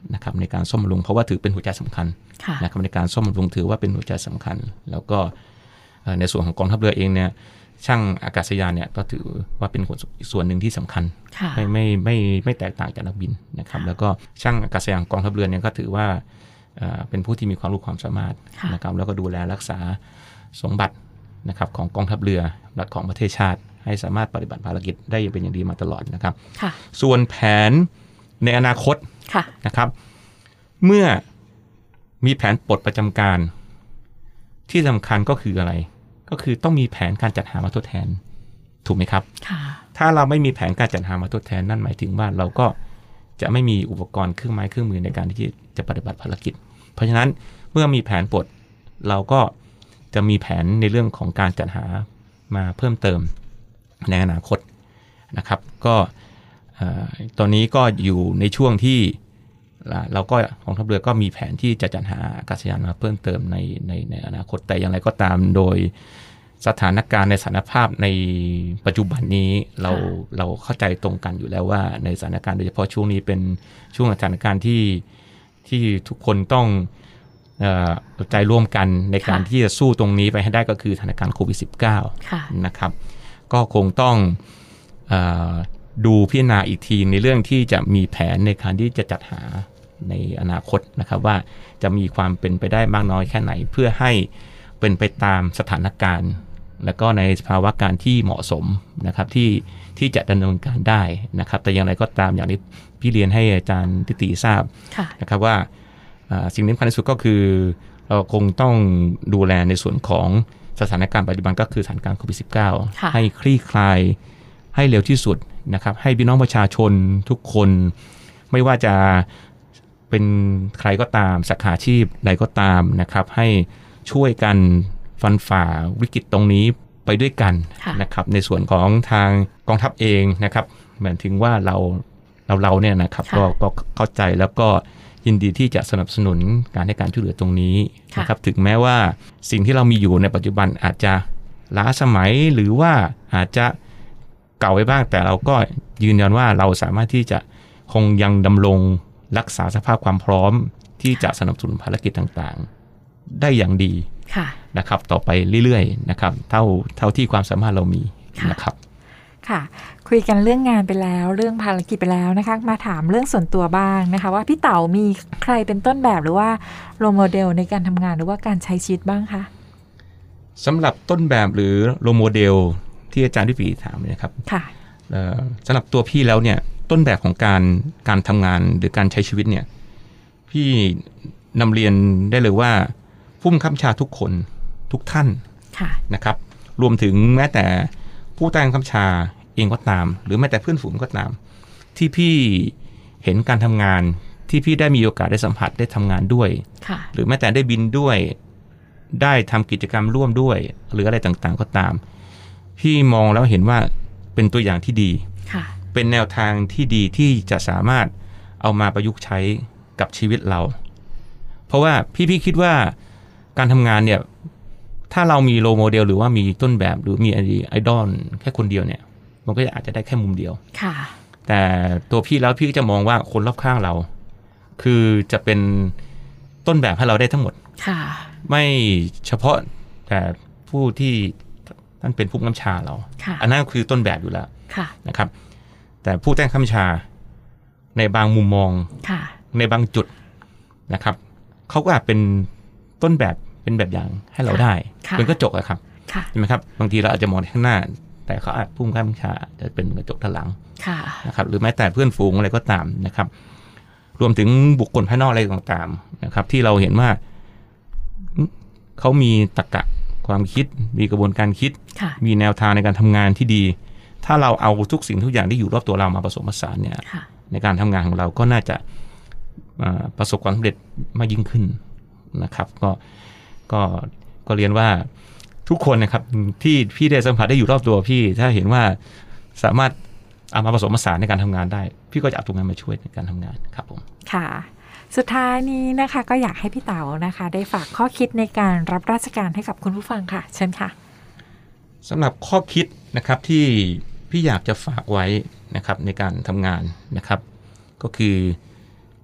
Speaker 4: นะครับในการซ่อมบำรุงเพราะว่าถือเป็นหัวใจสำคัญนะครับในการซ่อมบำรุงถือว่าเป็นหัวใจสำคัญแล้วก็ในส่วนของกองทัพเรือเองเนี่ยช่างอากาศยานเนี่ยก็ถือว่าเป็นส่วนหนึ่งที่สำคัญไม่ไม่ไม่ไม่แตกต่างจากนักบินนะครับแล้วก็ช่างอากาศยานกองทัพเรือเนี่ยก็ถือว่าเป็นผู้ที่มีความรู้ความสามารถนะครับแล้วก็ดูแลรักษาสมบัตินะครับของกองทัพเรือและของประเทศชาติให้สามารถปฏิบัติภารกิจได้เป็นอย่างดีมาตลอดนะครับส่วนแผนในอนาคตนะครับเมื่อมีแผนปลดประจำการที่สำคัญก็คืออะไรก็คือต้องมีแผนการจัดหามาทดแทนถูกไหมครับถ้าเราไม่มีแผนการจัดหามาทดแทนนั่นหมายถึงว่าเราก็จะไม่มีอุปกรณ์เครื่องไม้เครื่องมือในการที่จะปฏิบัติภารกิจเพราะฉะนั้นเมื่อมีแผนปลดเราก็จะมีแผนในเรื่องของการจัดหามาเพิ่มเติมในอนาคตนะครับก็ตอนนี้ก็อยู่ในช่วงที่เราก็กองทัพเรือก็มีแผนที่จะจัดหาอากาศยานมาเพิ่มเติมในในในอนาคตแต่อย่างไรก็ตามโดยสถานการณ์ในสถานภาพในปัจจุบันนี้เราเราเข้าใจตรงกันอยู่แล้วว่าในสถานการณ์โดยเฉพาะช่วงนี้เป็นช่วงสถานการณ์ที่ที่ทุกคนต้องใจร่วมกันในการที่จะสู้ตรงนี้ไปให้ได้ก็คือสถานการณ์โควิด สิบเก้า นะครับก็คงต้องดูพิจารณาอีกทีในเรื่องที่จะมีแผนในการที่จะจัดหาในอนาคตนะครับว่าจะมีความเป็นไปได้มากน้อยแค่ไหนเพื่อให้เป็นไปตามสถานการณ์และก็ในสภาวะการที่เหมาะสมนะครับที่ที่จะดำเนินการได้นะครับแต่อย่างไรก็ตามอย่างที่พี่เรียนให้อาจารย์ทิติทราบนะครับว่าสิ่งที่สำคัญที่สุดก็คือเราคงต้องดูแลในส่วนของสถานการณ์ปัจจุบันก็คือสถานการณ์โควิด สิบเก้า ให้คลี่คลายให้เร็วที่สุดนะครับให้พี่น้องประชาชนทุกคนไม่ว่าจะเป็นใครก็ตามสาขาอาชีพใดก็ตามนะครับให้ช่วยกันฟันฝ่าวิกฤตตรงนี้ไปด้วยกันนะครับในส่วนของทางกองทัพเองนะครับหมายถึงว่าเราเราเราเนี่ยนะครับก็ก็เข้าใจแล้วก็ยินดีที่จะสนับสนุนการให้การช่วยเหลือตรงนี้นะครับถึงแม้ว่าสิ่งที่เรามีอยู่ในปัจจุบันอาจจะล้าสมัยหรือว่าอาจจะเก่าไว้บ้างแต่เราก็ยืนยันว่าเราสามารถที่จะคงยังดำรงรักษาสภาพความพร้อมที่จะสนับสนุนภารกิจต่างๆได้อย่างดีนะครับต่อไปเรื่อยๆนะครับเท่าเท่าที่ความสามารถเรามีนะครับ
Speaker 3: ค่ะคุยกันเรื่องงานไปแล้วเรื่องภารกิจไปแล้วนะคะมาถามเรื่องส่วนตัวบ้างนะคะว่าพี่เต๋ามีใครเป็นต้นแบบหรือว่าโรลโมเดลในการทำงานหรือว่าการใช้ชีวิตบ้างคะ
Speaker 4: สำหรับต้นแบบหรือโรลโมเดลที่อาจารย์ที่ปีถามนะครับค่ะสำหรับตัวพี่แล้วเนี่ยต้นแบบของการการทำงานหรือการใช้ชีวิตเนี่ยพี่นำเรียนได้เลยว่าผู้บังคับบัญชาทุกคนทุกท่านนะครับรวมถึงแม้แต่ผู้ใต้บังคับบัญชาเองก็ตามหรือแม้แต่เพื่อนฝูงก็ตามที่พี่เห็นการทำงานที่พี่ได้มีโอกาสได้สัมผัสได้ทำงานด้วยหรือแม้แต่ได้บินด้วยได้ทำกิจกรรมร่วมด้วยหรืออะไรต่างๆก็ตามพี่มองแล้วเห็นว่าเป็นตัวอย่างที่ดีเป็นแนวทางที่ดีที่จะสามารถเอามาประยุกต์ใช้กับชีวิตเราเพราะว่าพี่พี่คิดว่าการทำงานเนี่ยถ้าเรามีโรลโมเดลหรือว่ามีต้นแบบหรือมีไอดอลแค่คนเดียวเนี่ยมันก็อาจจะได้แค่มุมเดียวแต่ตัวพี่แล้วพี่จะมองว่าคนรอบข้างเราคือจะเป็นต้นแบบให้เราได้ทั้งหมดไม่เฉพาะแต่ผู้ที่ท่านเป็นผู้กำกับชาเราอันนั้นคือต้นแบบอยู่แล้วนะครับแต่ผู้ใต้บังคับบัญชาในบางมุมมองในบางจุดนะครับเขาก็อาจเป็นต้นแบบเป็นแบบอย่างให้เราได้เป็นกระจกอะครับใช่ไหมครับบางทีเราอาจจะมองข้างหน้าแต่เขาอาจผู้กำกับบัญชาจะเป็นกระจกด้านหลังนะครับหรือแม้แต่เพื่อนฝูงอะไรก็ตามนะครับรวมถึงบุคคลภายนอกอะไรต่างๆนะครับที่เราเห็นว่าเขามีตรรกะความคิดมีกระบวนการคิดมีแนวทางในการทำงานที่ดีถ้าเราเอาทุกสิ่งทุกอย่างที่อยู่รอบตัวเรามาผสมผสานเนี่ยในการทำงานของเราก็น่าจะประสบความสำเร็จมากยิ่งขึ้นนะครับก็ก็ก็เรียนว่าทุกคนนะครับที่พี่ได้สัมผัสได้อยู่รอบตัวพี่ถ้าเห็นว่าสามารถเอามาผสมผสานในการทำงานได้พี่ก็จะเอาตรงนั้นมาช่วยในการทำงานครับผม
Speaker 3: ค่ะสุดท้ายนี้นะคะก็อยากให้พี่เต๋านะคะได้ฝากข้อคิดในการรับราชการให้กับคุณผู้ฟังค่ะเชิญค่ะ
Speaker 4: สำหรับข้อคิดนะครับที่พี่อยากจะฝากไว้นะครับในการทำงานนะครับก็คือ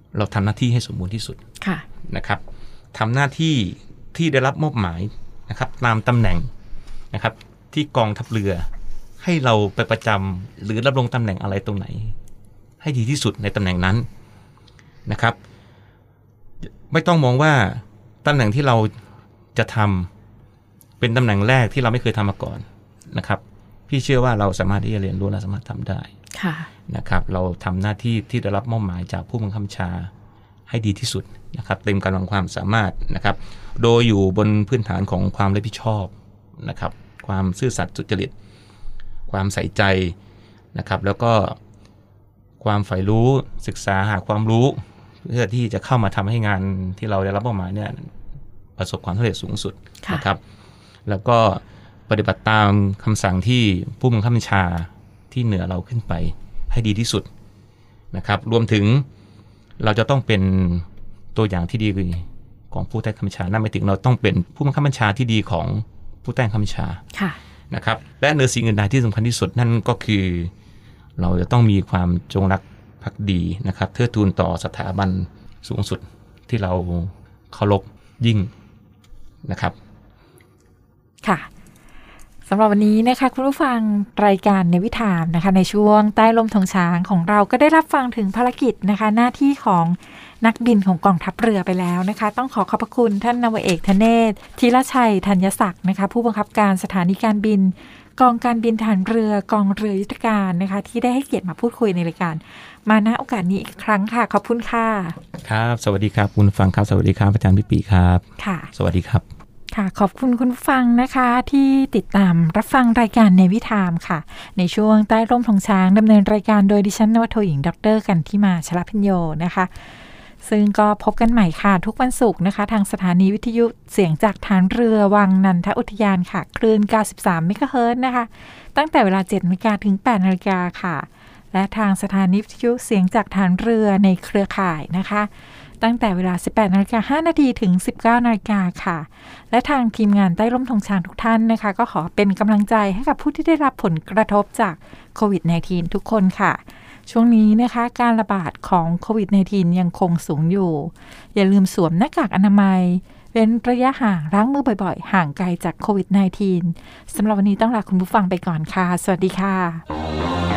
Speaker 4: เราทำหน้าที่ให้สมบูรณ์ที่สุดนะครับทำหน้าที่ที่ได้รับมอบหมายนะครับตามตำแหน่งนะครับที่กองทัพเรือให้เราไปประจำหรือดำรงตำแหน่งอะไรตรงไหนให้ดีที่สุดในตำแหน่งนั้นนะครับไม่ต้องมองว่าตำแหน่งที่เราจะทำเป็นตำแหน่งแรกที่เราไม่เคยทำมาก่อนนะครับพี่เชื่อว่าเราสามารถที่จะเรียนรู้และสามารถทำได้นะครับเราทำหน้าที่ที่ได้รับมอบหมายจากผู้บังคับบัญชาให้ดีที่สุดนะครับเต็มกำลังความสามารถนะครับโดยอยู่บนพื้นฐานของความรับผิดชอบนะครับความซื่อสัตย์สุจริตความใส่ใจนะครับแล้วก็ความใฝ่รู้ศึกษาหาความรู้เพื่อที่จะเข้ามาทำให้งานที่เราได้รับมอบหมายเนี่ยประสบความสำเร็จสูงสุดนะครับแล้วก็ปฏิบัติตามคำสั่งที่ผู้บังคับบัญชาที่เหนือเราขึ้นไปให้ดีที่สุดนะครับรวมถึงเราจะต้องเป็นตัวอย่างที่ดีของผู้ใต้บัญชานั่นหมายถึงเราต้องเป็นผู้บังคับบัญชาที่ดีของผู้ใต้บังคับบัญชานะครับและเหนือสิ่งอื่นใดที่สำคัญที่สุดนั่นก็คือเราจะต้องมีความจงรักภักดีนะครับเทิดทูนต่อสถาบันสูงสุดที่เราเคารพยิ่งนะครับ
Speaker 3: ค่ะสำหรับวันนี้นะคะคุณผู้ฟังรายการในวิถามนะคะในช่วงใต้ร่มธงช้างของเราก็ได้รับฟังถึงภารกิจนะคะหน้าที่ของนักบินของกองทัพเรือไปแล้วนะคะต้องขอขอบพระคุณท่านนาวาเอกธเนศธีรชัยธัญศักดิ์นะคะผู้บังคับการสถานีการบินกองการบินทหารเรือกองเรือยุทธการนะคะที่ได้ให้เกียรติมาพูดคุยในรายการมาณโอกาสนี้อีกครั้งค่ะขอบคุณค่ะ
Speaker 4: ครับสวัสดีครับคุณฟังครับสวัสดีครับอาจารย์พิปีครับ
Speaker 3: ค่ะ
Speaker 4: สวัสดีครับ
Speaker 3: ค่ะขอบคุณคุณฟังนะคะที่ติดตามรับฟังรายการในวิถามค่ะในช่วงใต้ร่มธงช้างดำเนินรายการโดยดิฉันนวโทหญิงดรกันทิมาชลพิญโยนะคะซึ่งก็พบกันใหม่ค่ะทุกวันศุกร์นะคะทางสถานีวิทยุเสียงจากฐานเรือวังนันทอุทยานค่ะคลื่นเก้าสิบสามเมกะเฮิรตซ์นะคะตั้งแต่เวลา เจ็ดนาฬิกา ถึง แปดนาฬิกาค่ะและทางสถานีวิทยุเสียงจากฐานเรือในเครือข่ายนะคะตั้งแต่เวลา สิบแปดนาฬิกาห้านาที ถึง สิบเก้านาฬิกาค่ะและทางทีมงานใต้ร่มธงช้างทุกท่านนะคะก็ขอเป็นกำลังใจให้กับผู้ที่ได้รับผลกระทบจากโควิด สิบเก้า ทุกคนค่ะช่วงนี้นะคะการระบาดของโควิด สิบเก้า ยังคงสูงอยู่อย่าลืมสวมหน้ากากอนามัยเว้นระยะห่างล้างมือบ่อยๆห่างไกลจากโควิด สิบเก้า สำหรับวันนี้ต้องลาคุณผู้ฟังไปก่อนค่ะสวัสดีค่ะ